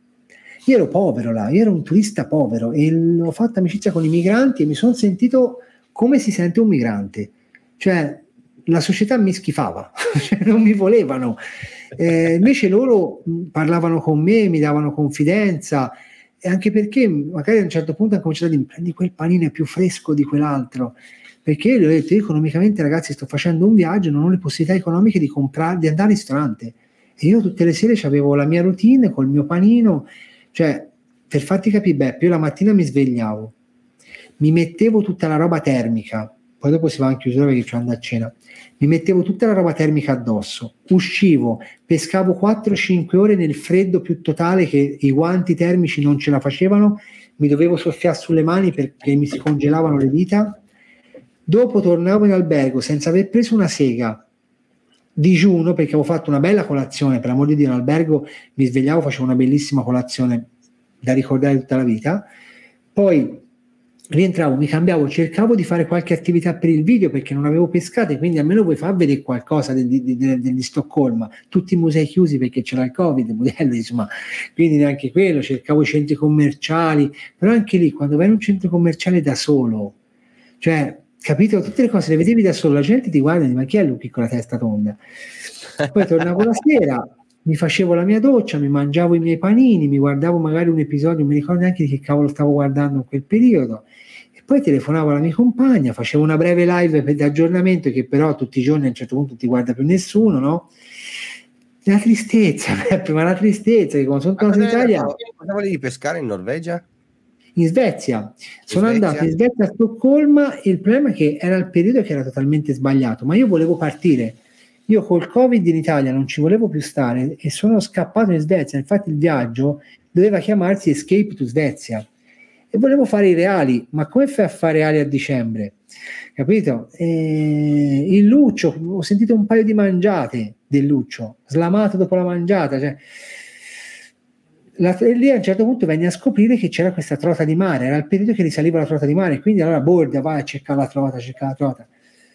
io ero povero là, io ero un turista povero e ho fatto amicizia con i migranti e mi sono sentito come si sente un migrante, cioè la società mi schifava, cioè, non mi volevano, eh, invece loro parlavano con me, mi davano confidenza, e anche perché magari a un certo punto hanno cominciato a dire prendi quel panino è più fresco di quell'altro, perché io ho detto economicamente ragazzi sto facendo un viaggio, non ho le possibilità economiche di comprare, di andare al ristorante, e io tutte le sere avevo la mia routine col mio panino, cioè per farti capire Beppe, io la mattina mi svegliavo, mi mettevo tutta la roba termica, poi dopo si va in chiusura perché ci andavo a cena, mi mettevo tutta la roba termica addosso, uscivo, pescavo quattro cinque ore nel freddo più totale che i guanti termici non ce la facevano, mi dovevo soffiare sulle mani perché mi si congelavano le dita. Dopo tornavo in albergo senza aver preso una sega, digiuno perché avevo fatto una bella colazione, per amor di Dio in albergo mi svegliavo, facevo una bellissima colazione da ricordare tutta la vita, poi rientravo, mi cambiavo, cercavo di fare qualche attività per il video perché non avevo pescato, e quindi almeno vuoi far vedere qualcosa di, di, di, di Stoccolma, tutti i musei chiusi perché c'era il Covid, modello, insomma, quindi neanche quello, cercavo i centri commerciali, però anche lì quando vai in un centro commerciale da solo, cioè capito, tutte le cose le vedevi da solo, la gente ti guarda e dice ma chi è lui piccola testa tonda? Poi tornavo la sera, mi facevo la mia doccia, mi mangiavo i miei panini, mi guardavo magari un episodio, non mi ricordo neanche di che cavolo stavo guardando in quel periodo, e poi telefonavo alla mia compagna, facevo una breve live per aggiornamento che però tutti i giorni a un certo punto non ti guarda più nessuno, no? La tristezza, ma la tristezza che quando sono tornato in Italia... Cosa volevi pescare in Norvegia? In Svezia, sono Svezia? andato in Svezia a Stoccolma, e il problema è che era il periodo che era totalmente sbagliato, ma io volevo partire, io col Covid in Italia non ci volevo più stare e sono scappato in Svezia, infatti il viaggio doveva chiamarsi Escape to Svezia e volevo fare i reali, ma come fai a fare reali a dicembre? Capito? E il Luccio, ho sentito un paio di mangiate del Luccio, slamato dopo la mangiata, cioè La, e lì a un certo punto venne a scoprire che c'era questa trota di mare, era il periodo che risaliva la trota di mare, quindi allora borda, vai a cercare la trota, cercare la trota.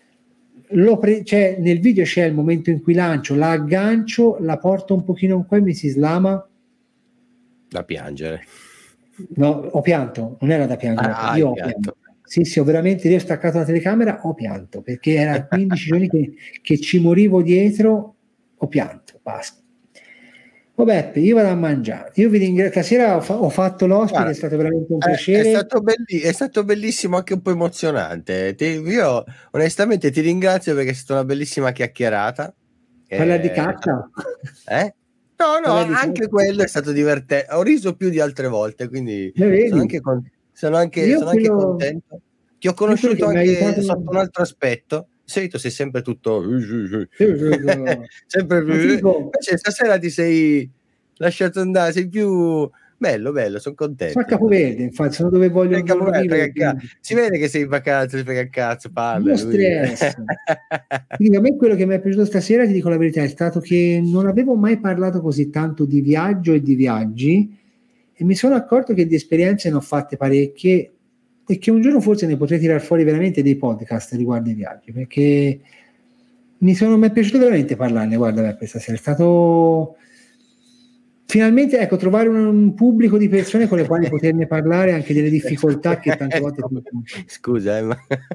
Lo pre- cioè, nel video c'è il momento in cui lancio, la aggancio, la porto un pochino in qua e mi si slama. Da piangere. No, ho pianto, non era da piangere, Ah, io hai ho pianto. pianto. Sì, sì, ho veramente, io ho staccato la telecamera, ho pianto, perché era quindici giorni che, che ci morivo dietro, ho pianto, basta. Oh Beppe, io vado a mangiare. Io vi ringrazio. Stasera ho, fa- ho fatto l'ospite, Guarda, è stato veramente un è, piacere. È stato, belli- è stato bellissimo, anche un po' emozionante. Ti, io onestamente ti ringrazio perché è stata una bellissima chiacchierata. Parla eh, di cacca. Eh? No, no, Parla di anche cacca. quello è stato divertente. Ho riso più di altre volte, quindi sono anche, con- sono anche, io sono quello, anche contento. Ti ho conosciuto anche aiutato... sotto un altro aspetto. Di solito sei sempre tutto sempre più. Dico... Invece stasera ti sei lasciato andare, sei più bello, bello, sono contento. Sono a Capoverde, infatti, sono dove voglio, voglio vivere. Si vede che sei in vacanza, ti frega il cazzo, parla. Lo stress. Quindi a me quello che mi è piaciuto stasera, ti dico la verità, è stato che non avevo mai parlato così tanto di viaggio e di viaggi, e mi sono accorto che di esperienze ne ho fatte parecchie e che un giorno forse ne potrei tirar fuori veramente dei podcast riguardo ai viaggi, perché mi, sono, mi è piaciuto veramente parlarne. Guarda, beh, questa sera è stato finalmente, ecco, trovare un, un pubblico di persone con le quali poterne parlare anche delle difficoltà che tante volte scusa eh, ma...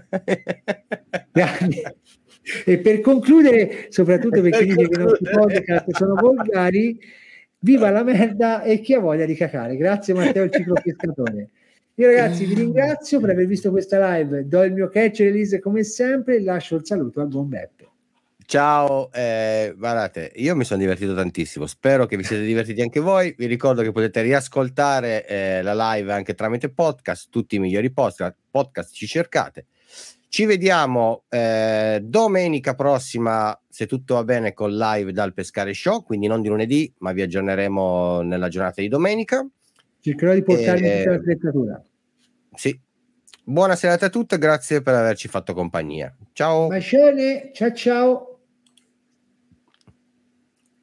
E per concludere, soprattutto per chi dice che i nostri podcast sono volgari, viva la merda e chi ha voglia di cacare. Grazie Matteo il ciclopescatore. Io ragazzi vi ringrazio per aver visto questa live, do il mio catch release come sempre e lascio il saluto al buon Beppe. Ciao, eh, guardate, io mi sono divertito tantissimo, spero che vi siete divertiti anche voi. Vi ricordo che potete riascoltare eh, la live anche tramite podcast, tutti i migliori podcast, podcast ci cercate. Ci vediamo eh, domenica prossima, se tutto va bene, con live dal Pescare Show, quindi non di lunedì, ma vi aggiorneremo nella giornata di domenica. Cercherò di portarmi eh, tutta l'attrezzatura. Sì. Buona serata a tutti, grazie per averci fatto compagnia. Ciao. Bacione, ciao ciao.